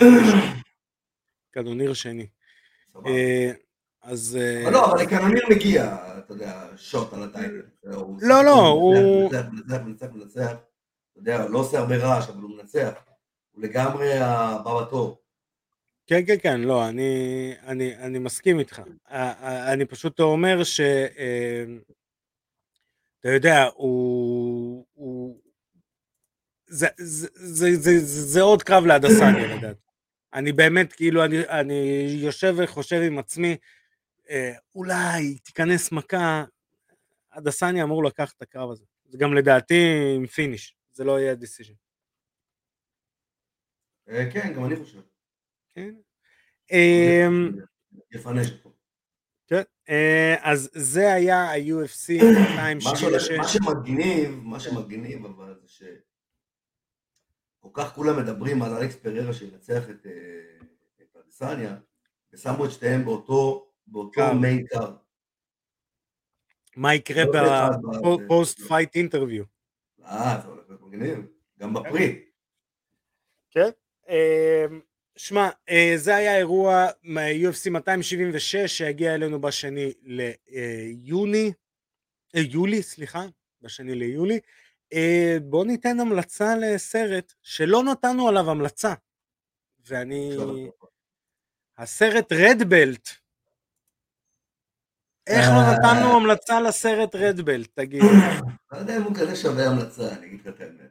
קנוניר שני. אז... לא, אבל לקנוניר מגיע, אתה יודע, שוט על הטייטל. לא, הוא... מנצח, אתה יודע, לא עושה הרבה רעש, אבל הוא מנצח. הוא לגמרי הבא בתור. כן, לא, אני מסכים איתך. אני פשוט אומר ש... אתה יודע, זה עוד קרב להדסניה, לדעת. אני באמת, כאילו, אני יושב וחושב עם עצמי, אולי תיכנס מכה, הדסניה אמור לקחת את הקרב הזה. זה גם לדעתי עם פיניש, זה לא יהיה דיסיז'ן. כן, גם אני חושב. כן. יפנש אותו. כן, אז זה היה ה-UFC 276. מה שמגניב, אבל זה ש... כל כך כולם מדברים על אלכס פררה שינצח את אדסניה, ושמו את שתיהם באותו מיין קארד. מה יקרה בפוסט פייט אינטרוויו? זה הולך להיות מגניב, גם בפרי. כן, שמע, זה היה אירוע מ-UFC 276 שהגיע אלינו בשני ליולי, בשני ליולי. בוא ניתן המלצה לסרט שלא נתנו עליו המלצה, הסרט רדבלט. איך לא נתנו המלצה לסרט רדבלט, תגיד? לא יודע אם הוא כזה שווה המלצה, אני אגיד לך את האמת.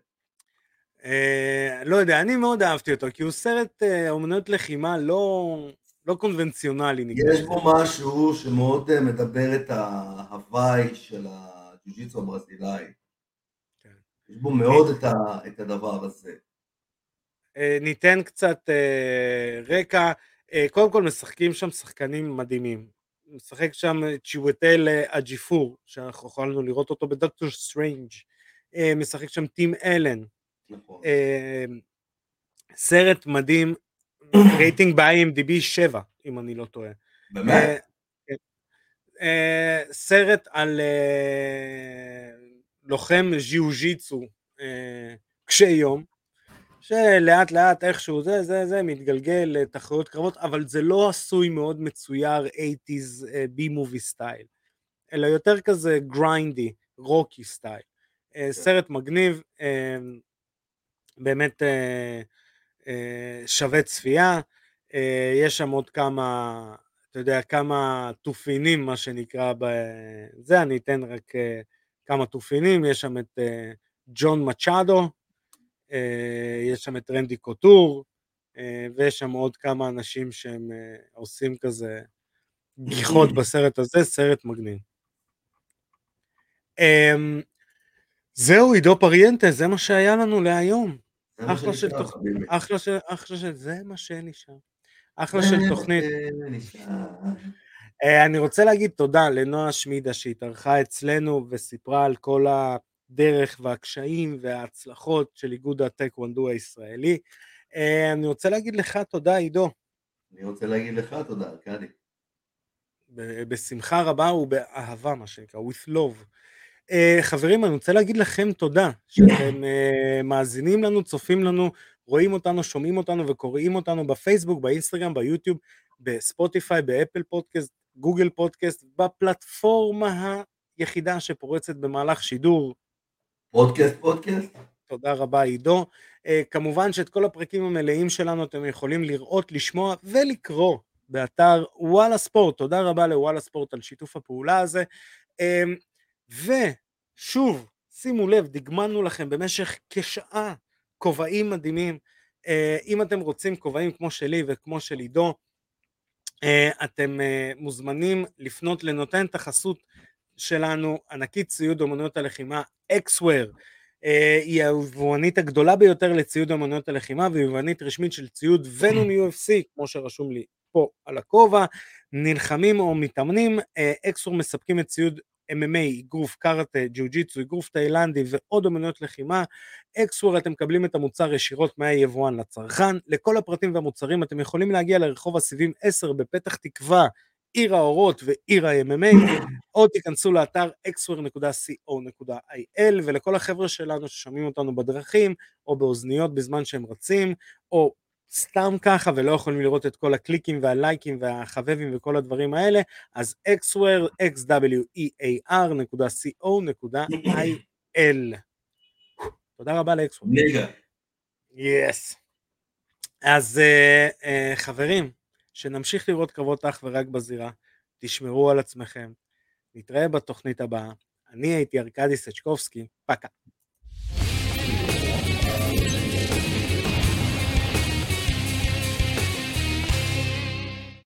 לא יודע, אני מאוד אהבתי אותו, כי הוא סרט אומנויות לחימה לא קונבנציונלי. יש בו משהו שמאוד מדבר את ההוואי של הג'יוג'יטסו הברזילאי. יש בו מאוד את הדבר הזה. ניתן קצת רקע. קודם כל משחקים שם שחקנים מדהימים. משחק שם צ'יווטל אג'יפור, שאנחנו יכולנו לראות אותו בדוקטור סטרנג'. משחק שם טים אלן. נכון. סרט מדהים, רייטינג ב-IMDb 7, אם אני לא טועה. באמת? סרט על לוחם ז'יוג'יטסו קשה יום, שלאט לאט איכשהו זה מתגלגל לתחרויות קרבות, אבל זה לא עשוי מאוד מצויר 80s בי-מובי סטייל, אלא יותר כזה גריינדי, רוקי סטייל. סרט מגניב, באמת שווה צפייה, יש שם עוד כמה, אתה יודע, כמה תופינים, מה שנקרא, זה אני אתן רק כמה תופינים, יש שם את ג'ון מצ'אדו, יש שם את רנדי קוטור, ויש שם עוד כמה אנשים שהם עושים כזה גיחות בסרט הזה, סרט מגניב. זהו, עידו פריאנטה, זה מה שהיה לנו להיום. אחלה של תוכנית, זה מה שנשאר. אחלה של תוכנית. אני רוצה להגיד תודה לנועה שמידה שהתארחה אצלנו וסיפרה על כל הדרך והקשיים וההצלחות של איגוד הטקוונדו הישראלי. אני רוצה להגיד לך תודה, עידו. אני רוצה להגיד לך תודה, ארכדי. בשמחה רבה ובאהבה, מה שנקרא, with love. חברים, אני רוצה להגיד לכם תודה שאתם מאזינים לנו, צופים לנו, רואים אותנו, שומעים אותנו וקוראים אותנו בפייסבוק, באינסטגרם, ביוטיוב, בספוטיפיי, באפל פודקאסט, גוגל פודקאסט, בפלטפורמה היחידה שפורצת במהלך שידור. פודקאסט. תודה רבה, עידו. כמובן שאת כל הפרקים המלאים שלנו אתם יכולים לראות, לשמוע ולקרוא באתר וואלה ספורט. תודה רבה לוואלה ספורט על שיתוף הפעולה הזה. ושוב, שימו לב, דגמנו לכם במשך כשעה כובעים מדהימים. אם אתם רוצים כובעים כמו שלי וכמו של עידו, אתם מוזמנים לפנות לנותנת החסות שלנו, ענקית ציוד אומנויות הלחימה, אקסוור. היא היבואנית הגדולה ביותר לציוד אומנויות הלחימה, ויבואנית רשמית של ציוד ונום UFC, כמו שרשום לי פה על הכובע. נלחמים או מתאמנים, אקסוור מספקים את ציוד MMA, אגרוף קראטה, ג'יוג'יצו, אגרוף תאילנדי ועוד אומנויות לחימה. אקסוור אתם מקבלים את המוצר ישירות מהיבואן לצרכן. לכל הפרטים והמוצרים אתם יכולים להגיע לרחוב הסיבים 10 בפתח תקווה, עיר האורות ועיר ה-MMA, או תיכנסו לאתר xware.co.il, ולכל החבר'ה שלנו ששומעים אותנו בדרכים או באוזניות בזמן שהם רצים, או סתם ככה ולא יכולים לראות את כל הקליקים והלייקים והחבבים וכל הדברים האלה, אז xware, xwer.co.il. תודה רבה לאקסוור. נגע. יס. אז חברים, שנמשיך לראות קרבות אך ורק בזירה, תשמרו על עצמכם, נתראה בתוכנית הבאה. אני הייתי ארכדי סצ'קובסקי, פקה.